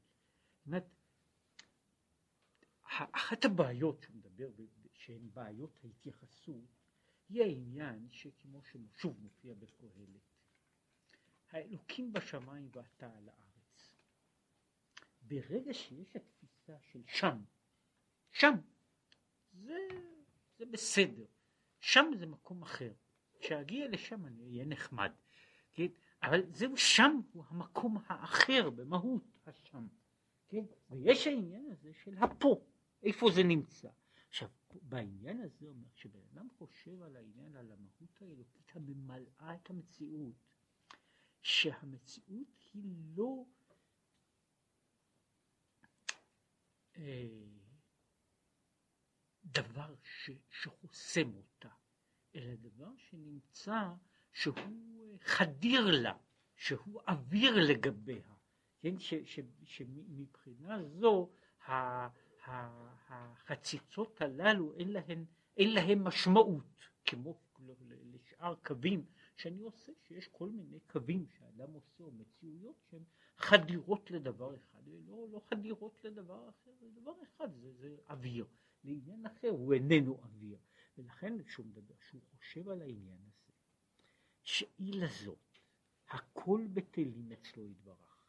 אחת הבעיות שהוא מדבר, שהן בעיות ההתייחסות, היא העניין שכמו ששוב מופיע בקהלת, האלוקים בשמיים ואתה על הארץ. ברגע שיש התפיסה של שם זה בסדר, שם זה מקום אחר, כשאגיע לשם אני אהיה נחמד, כן? אבל זהו, שם הוא המקום האחר במהות השם, כן? ויש העניין הזה של הפה, איפה זה נמצא. עכשיו בעניין הזה אומר שבן אדם חושב על העניין, על המהות האלוקית הממלאה את המציאות, שהמציאות היא לא דבר שחוסם אותה, אלא דבר שנמצא שהוא חדיר לה, שהוא אוויר לגביה, כן? שמבחינה זו החציצות הללו אין להן משמעות, כמו לשאר קווים שאני עושה, שיש כל מיני קווים שהאדם עושה, או מציאויות שהן חדירות לדבר אחד, לא חדירות לדבר אחר, לדבר אחד זה אוויר, לעניין אחר הוא איננו אוויר, ולכן כשהוא מדבר, שהוא חושב על העניין הזה, שאילה זאת, הכל בטלים אצלו יתברך,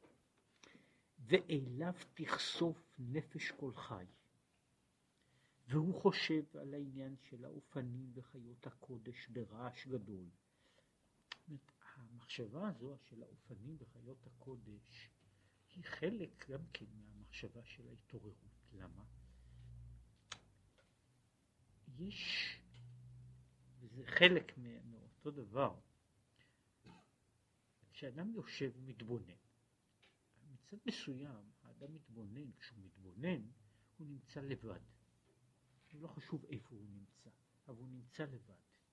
ואליו תחשוף נפש כל חי, והוא חושב על העניין של האופנים וחיות הקודש ברעש גדול. המחשבה הזו של האופנים וחיות הקודש היא חלק גם כן מהמחשבה של ההתעוררות. למה? יש, וזה חלק מאותו דבר, כשאדם יושב ומתבונן, מצד מסוים האדם מתבונן, כשהוא מתבונן הוא נמצא לבד, לא חשוב איפה הוא נמצא, אבל הוא נמצא לבד.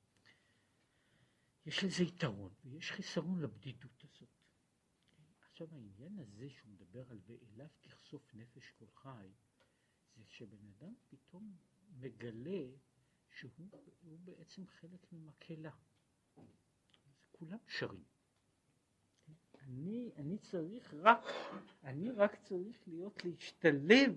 יש לזה יתרון ויש חיסרון לבדידות הזאת. עכשיו העניין הזה שהוא מדבר על ואליו תחשוף נפש כל חי, זה שבן אדם פתאום מגלה שהוא בעצם חלק ממקהלה. כולם שרים. אני רק צריך להשתלב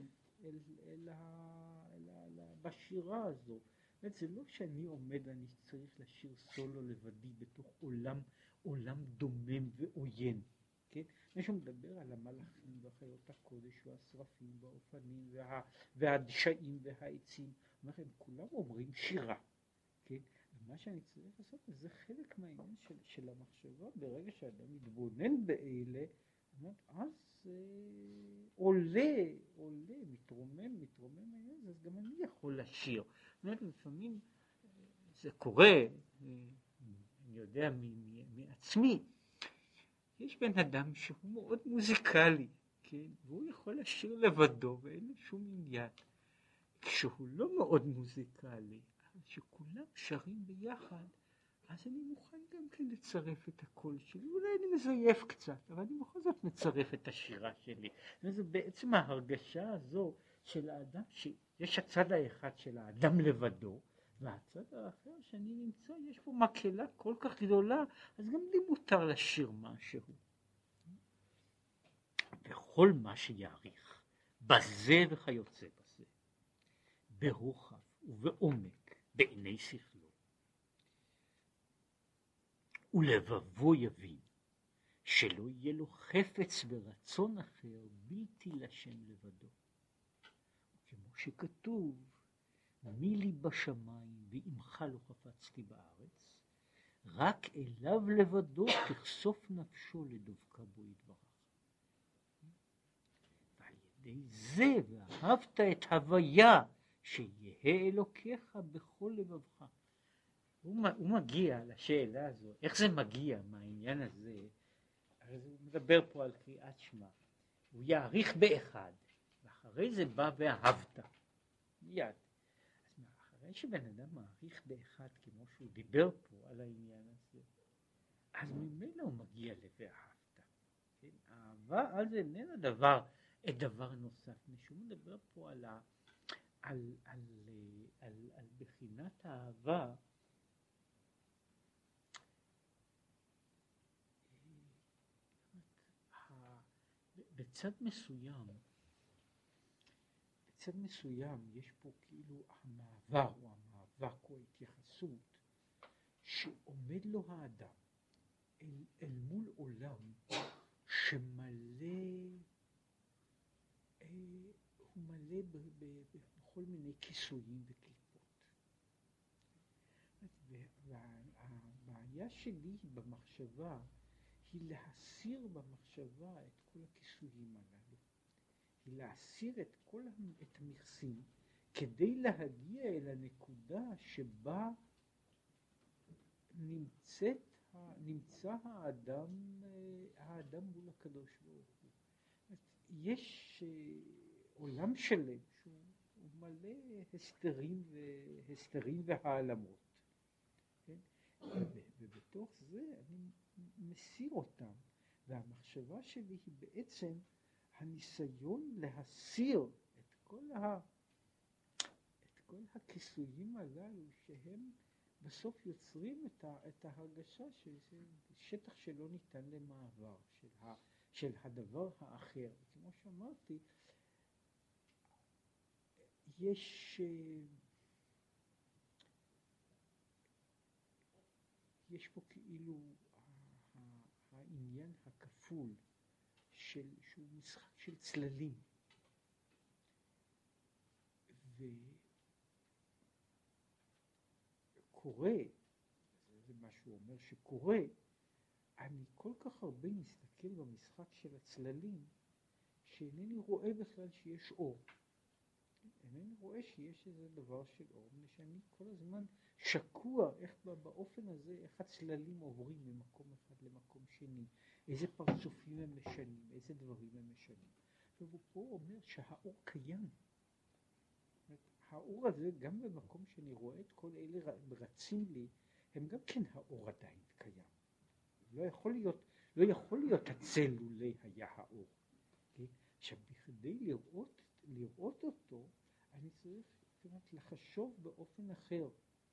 בשירה הזו. זה לא שאני עומד, אני צריך לשיר סולו לבדי בתוך עולם דומם ועוין. כן? מישהו מדבר על המלאכים וחיות הקודש והשרפים והאופנים והדשאים והעצים. הם כולם אומרים שירה. כן? ומה שאני צריך לעשות זה חלק מהעניין של המחשבה. ברגע שאדם מתבונן באלה, אז עולה, מתרומם העניין, אז גם אני יכול לשיר. לפעמים זה קורה, אני יודע מעצמי, יש בן אדם שהוא מאוד מוזיקלי, כן? והוא יכול לשיר לבדו ואין לו שום עניין. כשהוא לא מאוד מוזיקלי, אבל שכולם שרים ביחד, אז אני מוכן גם כן לצרף את הקול שלי, אולי אני מזייף קצת, אבל אני בכל זאת מצרף את השירה שלי. זה בעצם ההרגשה הזו של האדם, שיש הצד האחד של האדם לבדו, והצד האחר שאני נמצא, יש פה מקהלה כל כך גדולה, אז גם לי מותר לשיר משהו. וכל מה שיעריך, בזה וכיוצא בזה, ברוחב ובעומק, בעיני שכלו, ולבבו יבין שלא יהיה לו חפץ ורצון אחר בלתי לשם לבדו. כמו שכתוב, מי לי בשמיים ועמך לא חפצתי בארץ, רק אליו לבדו תחשוף נפשו לדבקה בו יתברך. ועל ידי זה ואהבת את הוויה שיהיה אלוקיך בכל לבבך. הוא מגיע לשאלה הזו, איך זה מגיע מהעניין הזה? הרי הוא מדבר פה על קריאת שמע, הוא יעריך באחד, ואחרי זה בא ואהבת, מיד. אז אחרי שבן אדם מעריך באחד, כמו שהוא דיבר פה על העניין הזה, אז ממילא הוא מגיע ל"ואהבת". כן? האהבה אז איננה דבר נוסף, משום מדבר פה על בחינת האהבה, בצד מסוים יש פה כאילו המעבר או המאבק או ההתייחסות שעומד לו האדם אל מול עולם שמלא, הוא מלא בכל מיני כיסויים וקליפות. והבעיה שלי במחשבה היא להסיר במחשבה את כל הכיסויים הללו, היא להסיר את המכסים כדי להגיע אל הנקודה שבה נמצא האדם מול הקדוש ברוך הוא. יש עולם שלם שהוא מלא הסתרים והעלמות, כן? ובתוך זה אני מסיר אותם, והמחשבה שלי היא בעצם הניסיון להסיר את כל הכיסויים הללו שהם בסוף יוצרים את ההרגשה שזה שטח שלא ניתן למעבר, של הדבר האחר. כמו שאמרתי, יש פה כאילו העניין הכפול שהוא משחק של צללים, וקורה, זה מה שהוא אומר שקורה, אני כל כך הרבה מסתכל במשחק של הצללים שאינני רואה בכלל שיש אור. אינני רואה שיש איזה דבר של אור, שאני כל הזמן שקוע איך באופן הזה, איך הצללים עוברים ממקום אחד למקום שני, איזה פרצופים הם משנים, איזה דברים הם משנים. והוא פה אומר שהאור קיים. האור הזה, גם במקום שאני רואה את כל אלה רצים לי, הם גם כן האור עדיין קיים. לא יכול להיות הצל לולא היה האור. עכשיו, בכדי לראות אותו, אני צריך לחשוב באופן אחר.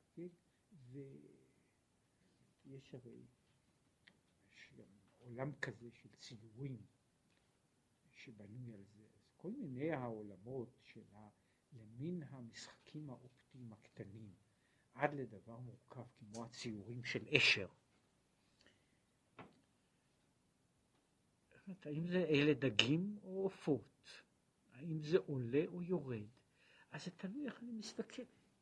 ויש הרי גם עולם כזה של ציורים שבנוי על זה. אז כל מיני העולמות של למין המשחקים האופטיים הקטנים, עד לדבר מורכב כמו הציורים של אשר. האם זה אלה דגים או עופות? האם זה עולה או יורד? אז זה תלוי איך אני מסתכל.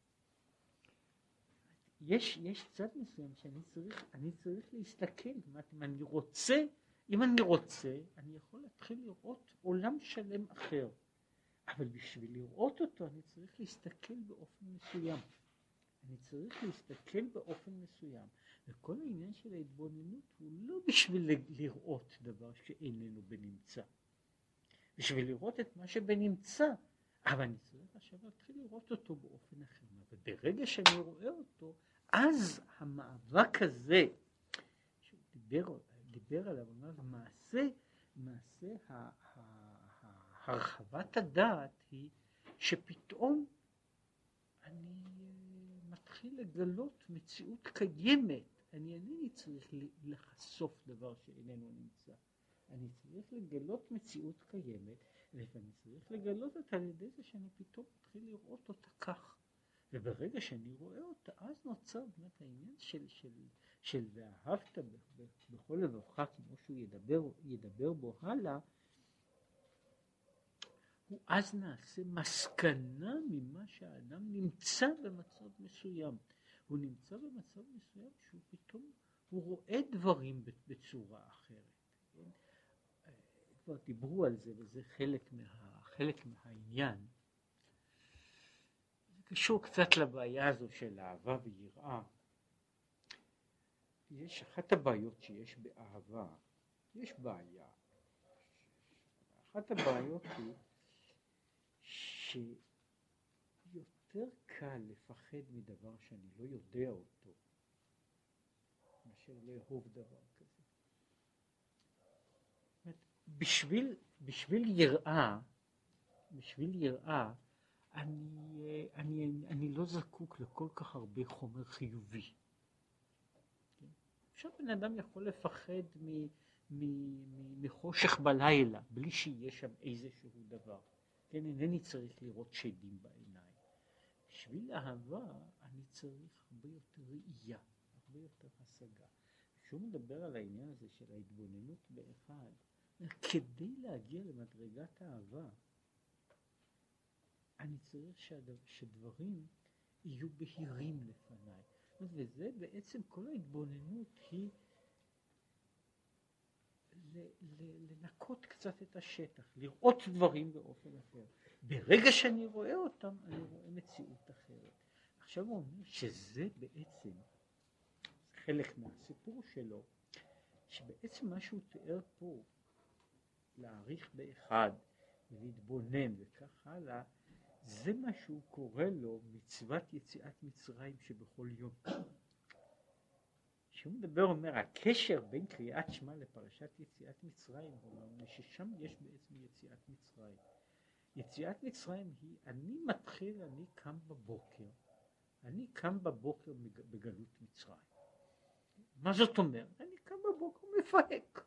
יש צד מסוים שאני צריך להסתכל. אם אני רוצה, אני יכול להתחיל לראות עולם שלם אחר. אבל בשביל לראות אותו אני צריך להסתכל באופן מסוים. וכל העניין של ההתבוננות הוא לא בשביל לראות דבר שאיננו בנמצא. בשביל לראות את מה שבנמצא. אבל אני צריך עכשיו להתחיל לראות אותו באופן אחר. וברגע שאני רואה אותו, אז המאבק הזה, שהוא דיבר עליו, מעשה הרחבת הדעת היא שפתאום אני מתחיל לגלות מציאות קיימת. אני אינני צריך לחשוף דבר שאיננו נמצא. אני צריך לגלות מציאות קיימת, ואני צריך לגלות אותה על ידי זה שאני פתאום מתחיל לראות אותה כך. וברגע שאני רואה אותה, אז נוצר באמת העניין של ואהבת בכל לבבך, כמו שהוא ידבר בו הלאה, הוא אז נעשה מסקנה ממה שהאדם נמצא במצב מסוים. הוא נמצא במצב מסוים שהוא פתאום, הוא רואה דברים בצורה אחרת. כבר דיברו על זה, וזה חלק מהעניין. זה קשור קצת לבעיה הזו של אהבה ויראה. יש אחת הבעיות שיש באהבה, יש בעיה. אחת הבעיות היא שיותר קל לפחד מדבר שאני לא יודע אותו, מאשר לאהוב דבר כזה. בשביל יראה, אני לא זקוק לכל כך הרבה חומר חיובי. עכשיו בן אדם יכול לפחד מחושך בלילה, בלי שיש שם איזשהו דבר. כן, אינני צריך לראות שדים בעיניים. בשביל אהבה אני צריך הרבה יותר ראייה, הרבה יותר השגה. כשהוא מדבר על העניין הזה של ההתבוננות באחד, כדי להגיע למדרגת האהבה, אני צריך שדברים יהיו בהירים לפניי. וזה בעצם כל ההתבוננות היא לנקות קצת את השטח, לראות דברים באופן אחר. ברגע שאני רואה אותם, אני רואה מציאות אחרת. עכשיו הוא אומר שזה בעצם חלק מהסיפור שלו, שבעצם מה שהוא תיאר פה, להעריך באחד ולהתבונן וכך הלאה, זה מה שהוא קורא לו מצוות יציאת מצרים שבכל יום. כשהוא מדבר אומר הקשר בין קריאת שמע לפרשת יציאת מצרים, הוא אומר ששם יש בעצם יציאת מצרים. יציאת מצרים היא אני קם בבוקר בגלות מצרים. מה זאת אומרת? אני קם בבוקר מפהק.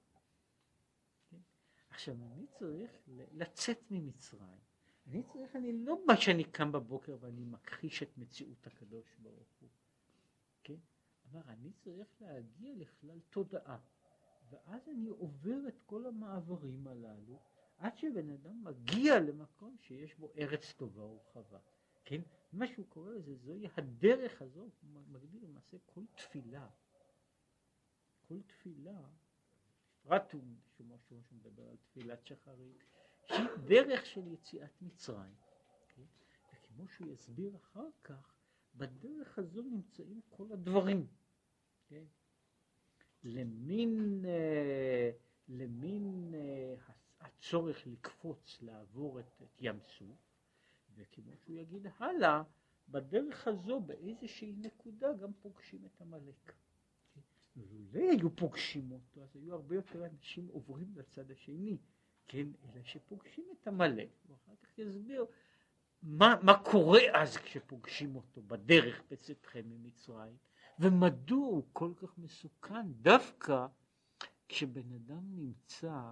עכשיו אני צריך לצאת ממצרים. אני לא מה שאני קם בבוקר ואני מכחיש את מציאות הקדוש ברוך הוא. כן? אבל אני צריך להגיע לכלל תודעה. ואז אני עובר את כל המעברים הללו, עד שבן אדם מגיע למקום שיש בו ארץ טובה ורחבה. כן? מה שהוא קורא לזה, זוהי הדרך הזאת, הוא מגדיר למעשה כל תפילה. כל תפילה, פרט הוא מדבר על תפילת שחרית, שהיא דרך של יציאת מצרים. כן? וכמו שהוא יסביר אחר כך, בדרך הזו נמצאים כל הדברים. כן? למין הצורך לקפוץ, לעבור את ים סוף, וכמו שהוא יגיד הלאה, בדרך הזו באיזושהי נקודה גם פוגשים את עמלק. ולולא היו פוגשים אותו, אז היו הרבה יותר אנשים עוברים לצד השני, כן? אלא שפוגשים את עמלק, ואחר כך יסביר מה קורה אז כשפוגשים אותו בדרך בצאתכם ממצרים, ומדוע הוא כל כך מסוכן דווקא כשבן אדם נמצא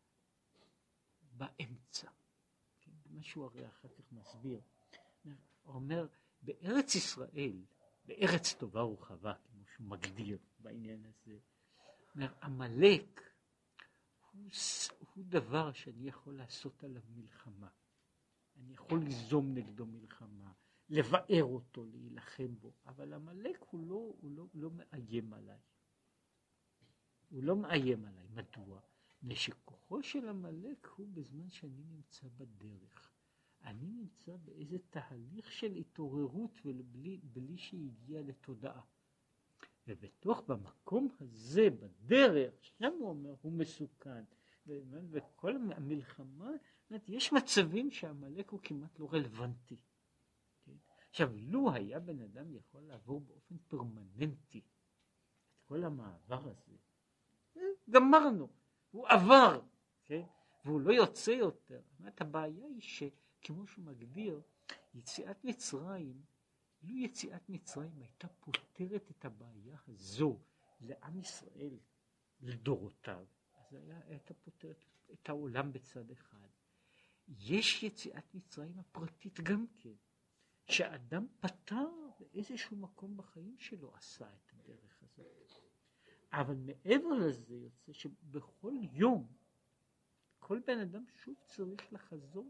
באמצע. כן? משהו הרי אחר כך מסביר. הוא אומר, בארץ ישראל, בארץ טובה ורחבה, כמו שהוא מגדיר בעניין הזה, אומר, עמלק הוא דבר שאני יכול לעשות עליו מלחמה. אני יכול ליזום נגדו מלחמה, לבאר אותו, להילחם בו, אבל עמלק הוא לא מאיים עליי. הוא לא מאיים עליי. מדוע? שכוחו של עמלק הוא בזמן שאני נמצא בדרך. אני נמצא באיזה תהליך של התעוררות ובלי שהגיע לתודעה. ובתוך במקום הזה, בדרך, שם הוא אומר, הוא מסוכן. וכל המלחמה, יש מצבים שהעמלק הוא כמעט לא רלוונטי. עכשיו, לו היה בן אדם יכול לעבור באופן פרמננטי את כל המעבר הזה, גמרנו, הוא עבר, כן? והוא לא יוצא יותר. הבעיה היא שכמו שהוא מגדיר, יציאת מצרים, לו יציאת מצרים הייתה פותרת את הבעיה הזו לעם ישראל, לדורותיו, אז הייתה פותרת את העולם בצד אחד. יש יציאת מצרים הפרטית גם כן, שאדם פתר באיזשהו מקום בחיים שלו עשה את הדרך הזאת. אבל מעבר לזה יוצא שבכל יום כל בן אדם שוב צריך לחזור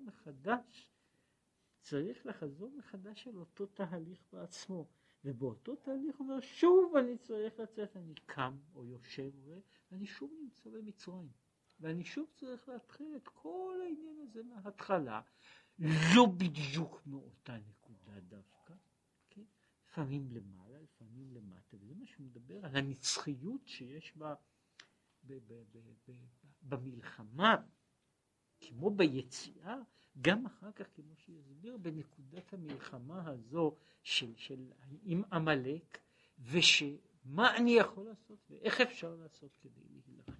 מחדש על אותו תהליך בעצמו, ובאותו תהליך אומר שוב אני צריך לצאת, אני קם או יושב ואני שוב נמצא במצרים, ואני שוב צריך להתחיל את כל העניין הזה מההתחלה, לא בדיוק מאותה נקודה דווקא, כן? לפעמים למעלה, לפעמים למטה, וזה מה שמדבר על הנצחיות שיש במלחמה, כמו ביציאה, גם אחר כך כמו שיסביר בנקודת המלחמה הזו עם עמלק, ושמה אני יכול לעשות ואיך אפשר לעשות כדי להילחם.